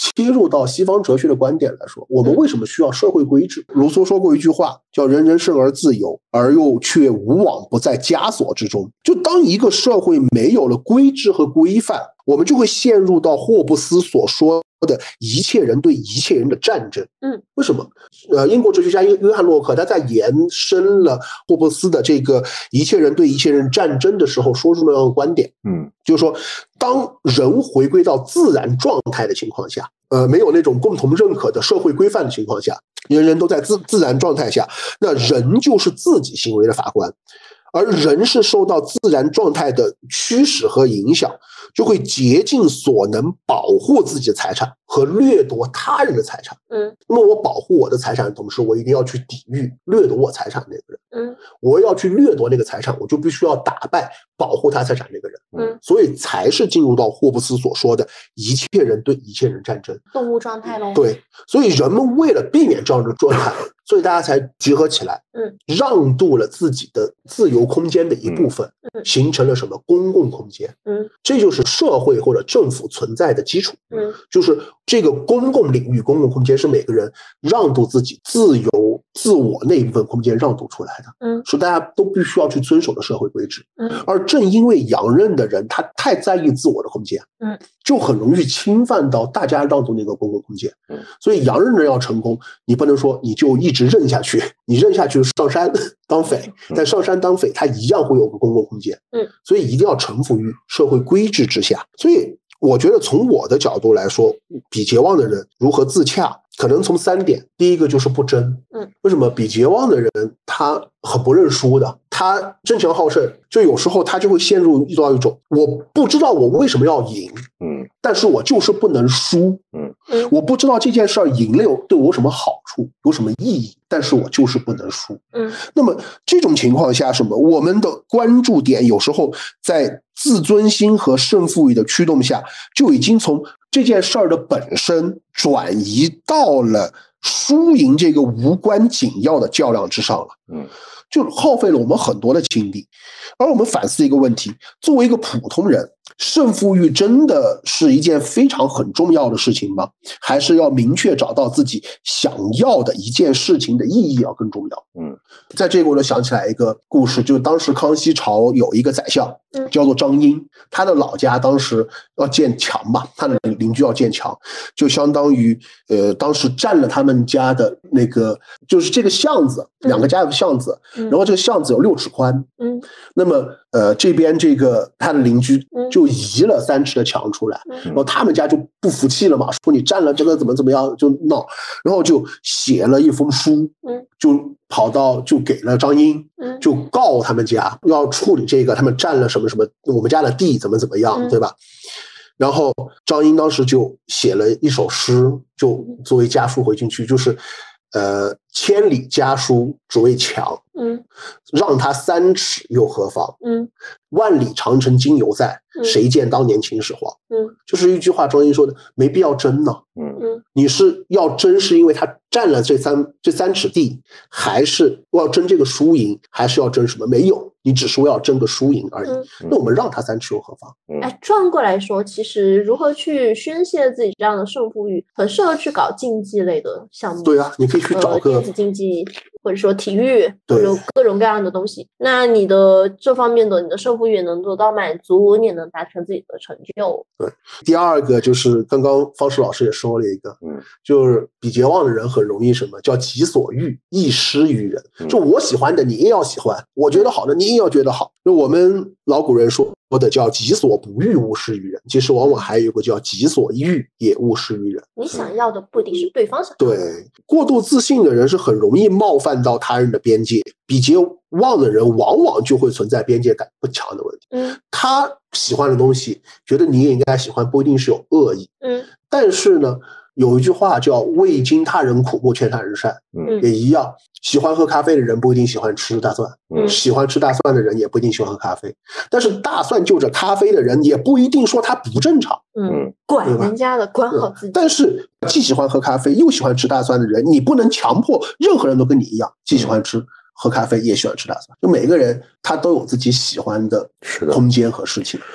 切入到西方哲学的观点来说，我们为什么需要社会规制？卢梭说过一句话，叫人人生而自由，而又却无往不在枷锁之中。就当一个社会没有了规制和规范，我们就会陷入到霍布斯所说的一切人对一切人的战争。 嗯， 为什么？呃，英国哲学家约翰洛克他在延伸了霍布斯的这个一切人对一切人战争的时候，说出了一个观点。 嗯， 就是说，当人回归到自然状态的情况下，呃，没有那种共同认可的社会规范的情况下，人人都在自自然状态下，那人就是自己行为的法官。而人是受到自然状态的驱使和影响，就会竭尽所能保护自己的财产和掠夺他人的财产。 嗯， 那么我保护我的财产的同时，我一定要去抵御掠夺我财产的那个人。 嗯， 我要去掠夺那个财产，我就必须要打败保护他财产那个人。 嗯， 所以才是进入到霍布斯所说的一切人对一切人战争， 动物状态咯。 对，所以人们为了避免这样的状态，所以大家才集合起来， 嗯， 让渡了自己的自由空间的一部分， 嗯， 形成了什么公共空间。 嗯， 这就是社会或者政府存在的基础。 嗯， 就是这个公共领域、公共空间是每个人让渡自己自由、自我那一部分空间让渡出来的。 嗯， 是大家都必须要去遵守的社会规制。 嗯， 而正因为洋人的人他太在意自我的空间， 嗯， 就很容易侵犯到大家让渡那个公共空间。 嗯， 所以洋人人要成功，你不能说你就一直认下去，你认下去上山当匪，但上山当匪他一样会有个公共空间。 嗯， 所以一定要臣服于社会规制之下。所以我觉得从我的角度来说，比杰旺的人如何自洽，可能从三点。第一个就是不争。 嗯， 为什么？比杰旺的人他很不认输的，他争强好胜，就有时候他就会陷入遇到一种我不知道我为什么要赢， 嗯， 但是我就是不能输。 嗯， 我不知道这件事儿赢了有对我有什么好处，有什么意义，但是我就是不能输。 嗯， 那么这种情况下，什么？我们的关注点有时候在自尊心和胜负欲的驱动下，就已经从这件事儿的本身转移到了输赢这个无关紧要的较量之上了。 嗯， 就耗费了我们很多的精力。而我们反思一个问题，作为一个普通人，胜负欲真的是一件非常很重要的事情吗？还是要明确找到自己想要的一件事情的意义要更重要？ 嗯， 在这个我就想起来一个故事，就是当时康熙朝有一个宰相叫做张英，他的老家当时要建墙嘛，他的邻居要建墙，就相当于呃当时占了他们家的那个，就是这个巷子，两个家有个巷子，然后这个巷子有六尺宽。 嗯， 那么呃这边这个他的邻居就移了三尺的墙出来，然后他们家就不服气了嘛，说你占了这个怎么怎么样，就闹，然后就写了一封书，就跑到就给了张英，就告他们家要处理这个他们占了什么什么我们家的地怎么怎么样，对吧？然后张英当时就写了一首诗，就作为家书回进去，就是呃千里家书只为墙，嗯，让他三尺又何妨，嗯，万里长城今犹在，嗯，谁见当年秦始皇，嗯，就是一句话，张英说的，没必要争呢，嗯，你是要争是因为他占了这三这三尺地，还是要争这个输赢，还是要争什么？没有，你只说要争个输赢而已，嗯，那我们让他三尺又何妨？ 哎，转过来说，其实如何去宣泄自己这样的胜负欲，很适合去搞竞技类的项目。 对啊，你可以去找个、 呃、电子竞技，或者说体育，或者各种各样的东西。那你的这方面的你的胜负欲也能得到满足，你也能达成自己的成就。 对，第二个就是刚刚方石老师也说了一个，嗯，就是比杰旺的人很容易什么叫己所欲，亦施于人。就我喜欢的你也要喜欢，我觉得好的你也要觉得好。就我们老古人说的叫己所不欲，勿施于人。其实往往还有一个叫己所欲，也勿施于人。 你想要的不一定是对方想要的。 对，过度自信的人是很容易冒犯到他人的边界，比杰旺的人往往就会存在边界感不强的问题。嗯，他喜欢的东西，觉得你也应该喜欢，不一定是有恶意。嗯，但是呢，有一句话叫未经他人苦，莫劝他人善。嗯，也一样，喜欢喝咖啡的人不一定喜欢吃大蒜，嗯，喜欢吃大蒜的人也不一定喜欢喝咖啡。但是大蒜就着咖啡的人也不一定说他不正常。 嗯，管人家的，管好自己。 但是既喜欢喝咖啡又喜欢吃大蒜的人，你不能强迫任何人都跟你一样，既喜欢吃喝咖啡也喜欢吃大蒜。就每个人他都有自己喜欢的空间和事情。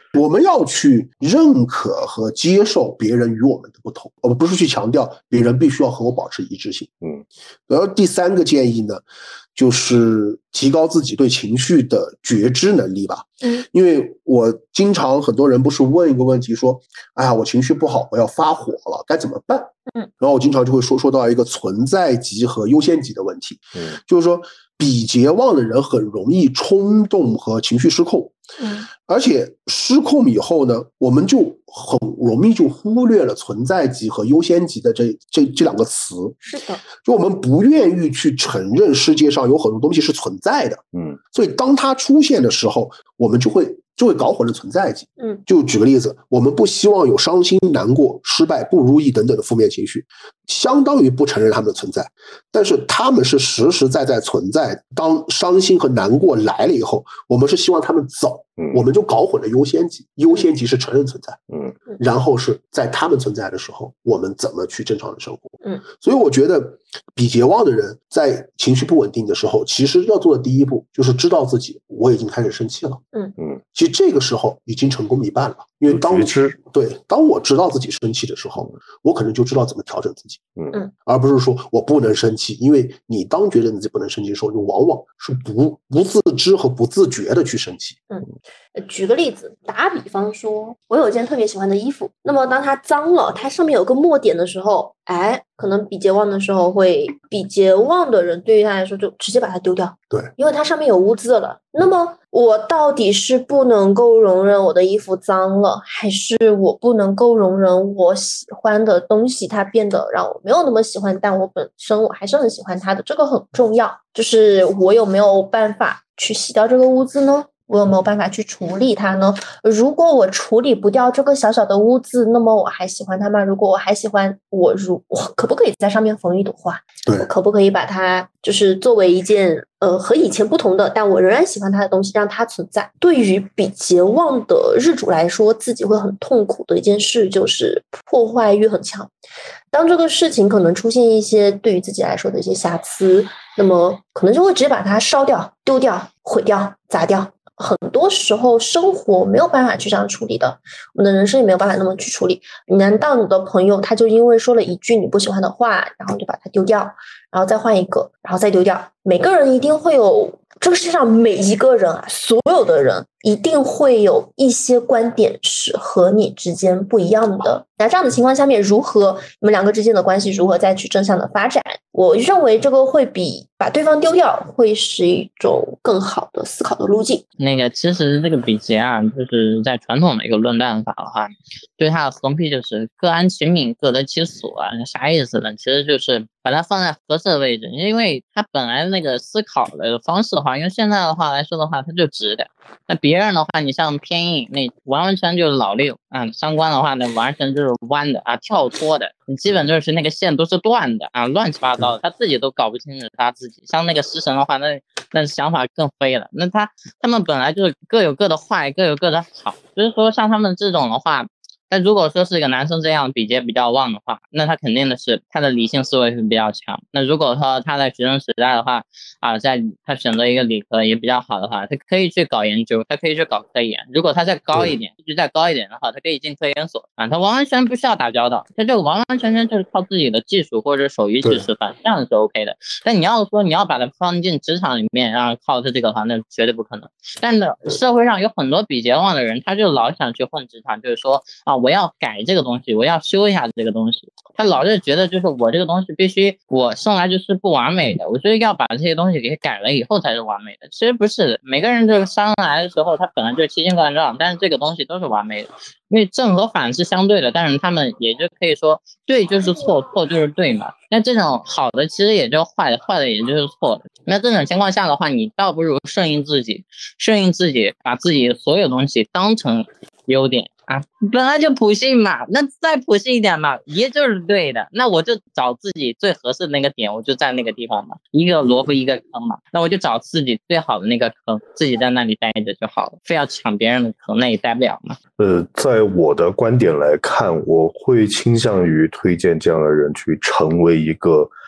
我们要去认可和接受别人与我们的不同，而不是去强调别人必须要和我保持一致性。 嗯， 然后第三个建议呢，就是提高自己对情绪的觉知能力吧。 嗯， 因为我经常很多人不是问一个问题说，哎呀，我情绪不好，我要发火了，该怎么办？ 嗯， 然后我经常就会说说到一个存在级和优先级的问题。 嗯， 就是说比劫旺的人很容易冲动和情绪失控。 嗯， 而且失控以后呢，我们就很容易就忽略了存在级和优先级的这这这两个词。 是的， 就我们不愿意去承认世界上有很多东西是存在的。 嗯， 所以当它出现的时候，我们就会就会搞混了存在级。 嗯， 就举个例子，我们不希望有伤心、难过、失败、不如意等等的负面情绪，相当于不承认他们的存在。但是他们是实实在在存在的。当伤心和难过来了以后，我们是希望他们走，我们就搞混了优先级。优先级是承认存在， 嗯， 然后是在他们存在的时候，我们怎么去正常的生活。 嗯， 所以我觉得比劫旺的人在情绪不稳定的时候，其实要做的第一步就是知道自己我已经开始生气了。 嗯嗯， 其实这个时候已经成功一半了，因为当觉知， 对，当我知道自己生气的时候，我可能就知道怎么调整自己。 嗯， 而不是说我不能生气，因为你当觉得自己不能生气的时候，你往往是不不自知和不自觉的去生气。 嗯，举个例子，打比方说，我有一件特别喜欢的衣服，那么当它脏了，它上面有个墨点的时候，哎，可能比劫旺的时候会，比劫旺的人对于他来说就直接把它丢掉。 对， 因为它上面有污渍了。那么我到底是不能够容忍我的衣服脏了，还是我不能够容忍我喜欢的东西它变得让我没有那么喜欢，但我本身我还是很喜欢它的，这个很重要。就是我有没有办法去洗掉这个污渍呢？我有没有办法去处理它呢？如果我处理不掉这个小小的污渍，那么我还喜欢它吗？如果我还喜欢，我如我可不可以在上面缝一朵花？ 对， 我可不可以把它就是作为一件呃和以前不同的，但我仍然喜欢它的东西，让它存在？对于比劫旺的日主来说，自己会很痛苦的一件事就是破坏欲很强。当这个事情可能出现一些对于自己来说的一些瑕疵，那么可能就会直接把它烧掉、丢掉、毁掉、砸掉。很多时候生活没有办法去这样处理的，我们的人生也没有办法那么去处理。难道你的朋友他就因为说了一句你不喜欢的话，然后就把它丢掉，然后再换一个，然后再丢掉？每个人一定会有，这个世界上每一个人啊，所有的人一定会有一些观点是和你之间不一样的。那这样的情况下面，如何你们两个之间的关系如何再去正向的发展？我认为这个会比把对方丢掉会是一种更好的思考的路径。 那个其实这个比劫啊，就是在传统的一个论断法的话，对它的横批就是各安其命，各得其所啊，啥意思呢？其实就是把它放在合适的位置，因为它本来那个思考的方式的话，用现在的话来说的话，它就直的。那别人的话，你像偏硬，那完完全就是老六啊；三观的话，那完全就是弯的啊，跳脱的，你基本就是那个线都是断的啊，乱七八糟的，他自己都搞不清楚他自己。像那个食神的话，那那想法更飞了。那他他们本来就是各有各的坏，各有各的好，就是说像他们这种的话。但如果说是一个男生这样比劫比较旺的话，那他肯定的是他的理性思维是比较强。那如果说他在学生时代的话啊，在他选择一个理科也比较好的话，他可以去搞研究，他可以去搞科研。如果他再高一点，就再高一点的话，他可以进科研所啊，他完完全不需要打交道，他就完完全全就是靠自己的技术或者手艺去吃饭，这样是 OK 的。但你要说你要把他放进职场里面，然后靠他这个的话，那绝对不可能。但是社会上有很多比劫旺的人，他就老想去混职场，就是说啊。我要改这个东西，我要修一下这个东西。他老是觉得就是我这个东西必须我生来就是不完美的，我就要把这些东西给改了以后才是完美的。其实不是的，每个人这个生来的时候他本来就是奇形怪状，但是这个东西都是完美的。因为正和反是相对的，但是他们也就可以说对就是错，错就是对嘛。那这种好的其实也就坏的，坏的也就是错的。那这种情况下的话，你倒不如顺应自己，顺应自己，把自己所有东西当成优点啊，本来就普信嘛，那再普信一点嘛，也就是对的。那我就找自己最合适的那个点，我就在那个地方嘛，一个萝卜一个坑嘛，那我就找自己最好的那个坑，自己在那里待着就好了，非要抢别人的坑，那也待不了嘛。 呃，在我的观点来看，我会倾向于推荐这样的人去成为一个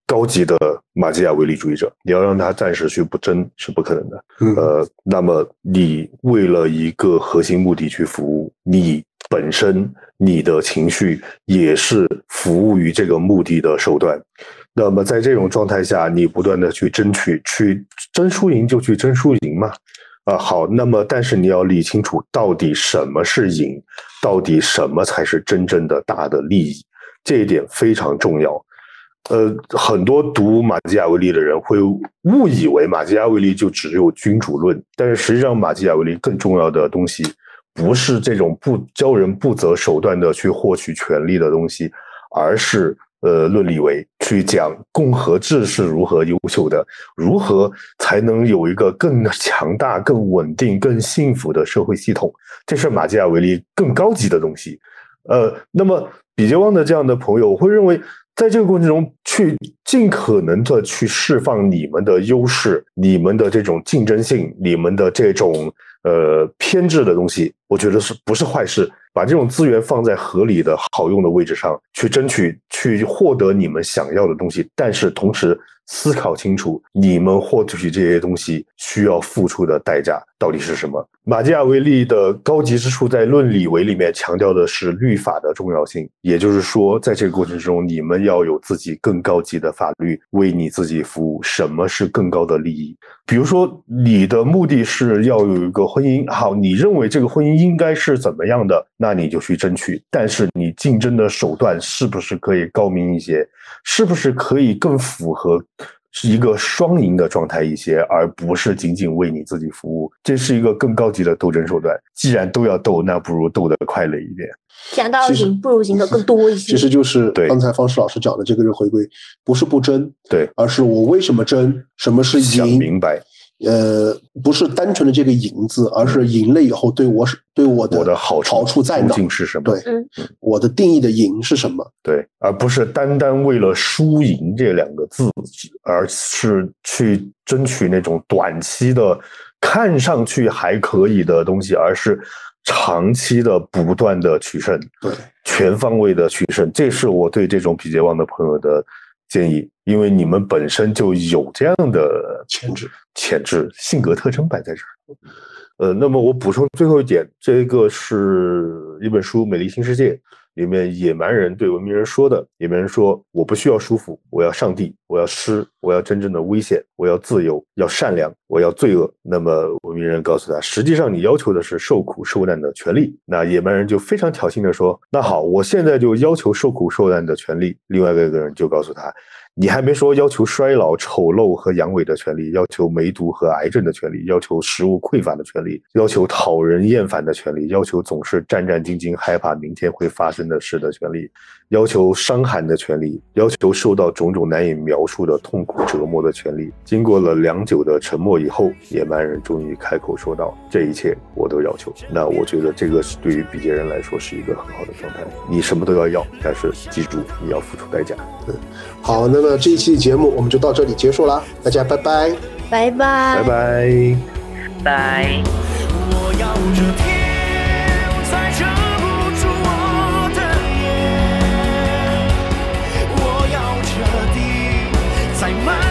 高级的马基雅维利主义者，你要让他暂时去不争是不可能的。 嗯、 呃，那么你为了一个核心目的去服务，你本身你的情绪也是服务于这个目的的手段。那么在这种状态下，你不断的去争取，去争输赢就去争输赢嘛。啊、呃，好，那么但是你要理清楚，到底什么是赢，到底什么才是真正的大的利益，这一点非常重要。呃，很多读马基雅维利的人会误以为马基雅维利就只有君主论，但是实际上马基雅维利更重要的东西不是这种不教人不择手段的去获取权力的东西，而是呃论理维，去讲共和制是如何优秀的，如何才能有一个更强大、更稳定、更幸福的社会系统，这是马基雅维利更高级的东西。呃，那么比杰旺的这样的朋友会认为，在这个过程中去尽可能的去释放你们的优势，你们的这种竞争性，你们的这种呃偏执的东西，我觉得是不是坏事？把这种资源放在合理的好用的位置上，去争取去获得你们想要的东西，但是同时思考清楚你们获取这些东西需要付出的代价到底是什么。马基雅维利的高级之处在论理维里面强调的是律法的重要性，也就是说在这个过程中你们要有自己更高级的法律为你自己服务。什么是更高的利益？比如说你的目的是要有一个婚姻，好，你认为这个婚姻应该是怎么样的，那你就去争取，但是你竞争的手段是不是可以高明一些，是不是可以更符合是一个双赢的状态一些，而不是仅仅为你自己服务，这是一个更高级的斗争手段。既然都要斗，那不如斗得快乐一点， 既然都要赢，不如赢得更多一些。 其实就是刚才方式老师讲的这个是回归，不是不争， 对， 而是我为什么争，什么是赢， 想明白。 呃，不是单纯的这个赢字，而是赢了以后对我对我的我的好处好处在哪？ 是什么？ 对， 嗯， 我的定义的赢是什么？ 对，而不是单单为了输赢这两个字，而是去争取那种短期的看上去还可以的东西，而是长期的不断的取胜， 对， 全方位的取胜。这是我对这种比杰旺的朋友的建议，因为你们本身就有这样的潜质、 潜质、性格特征摆在这儿。呃，那么我补充最后一点，这个是一本书《美丽新世界》里面野蛮人对文明人说的。野蛮人说：“我不需要舒服，我要上帝，我要诗，我要真正的危险，我要自由，要善良，我要罪恶。”那么文明人告诉他，实际上你要求的是受苦受难的权利。那野蛮人就非常挑衅的说：“那好，我现在就要求受苦受难的权利。”另外一个人就告诉他：“你还没说要求衰老、丑陋和阳痿的权利，要求梅毒和癌症的权利，要求食物匮乏的权利，要求讨人厌烦的权利，要求总是战战兢兢害怕明天会发生的事的权利，要求伤寒的权利，要求受到种种难以描述的痛苦折磨的权利。”经过了良久的沉默以后，野蛮人终于开口说道：“这一切我都要求。”那我觉得这个是对于比杰人来说是一个很好的状态，你什么都要要，但是记住你要付出代价。 嗯，好，那么这一期节目我们就到这里结束了，大家拜拜， 拜拜， 拜拜， 拜。 我要这天才遮不住我的眼，我要这地才满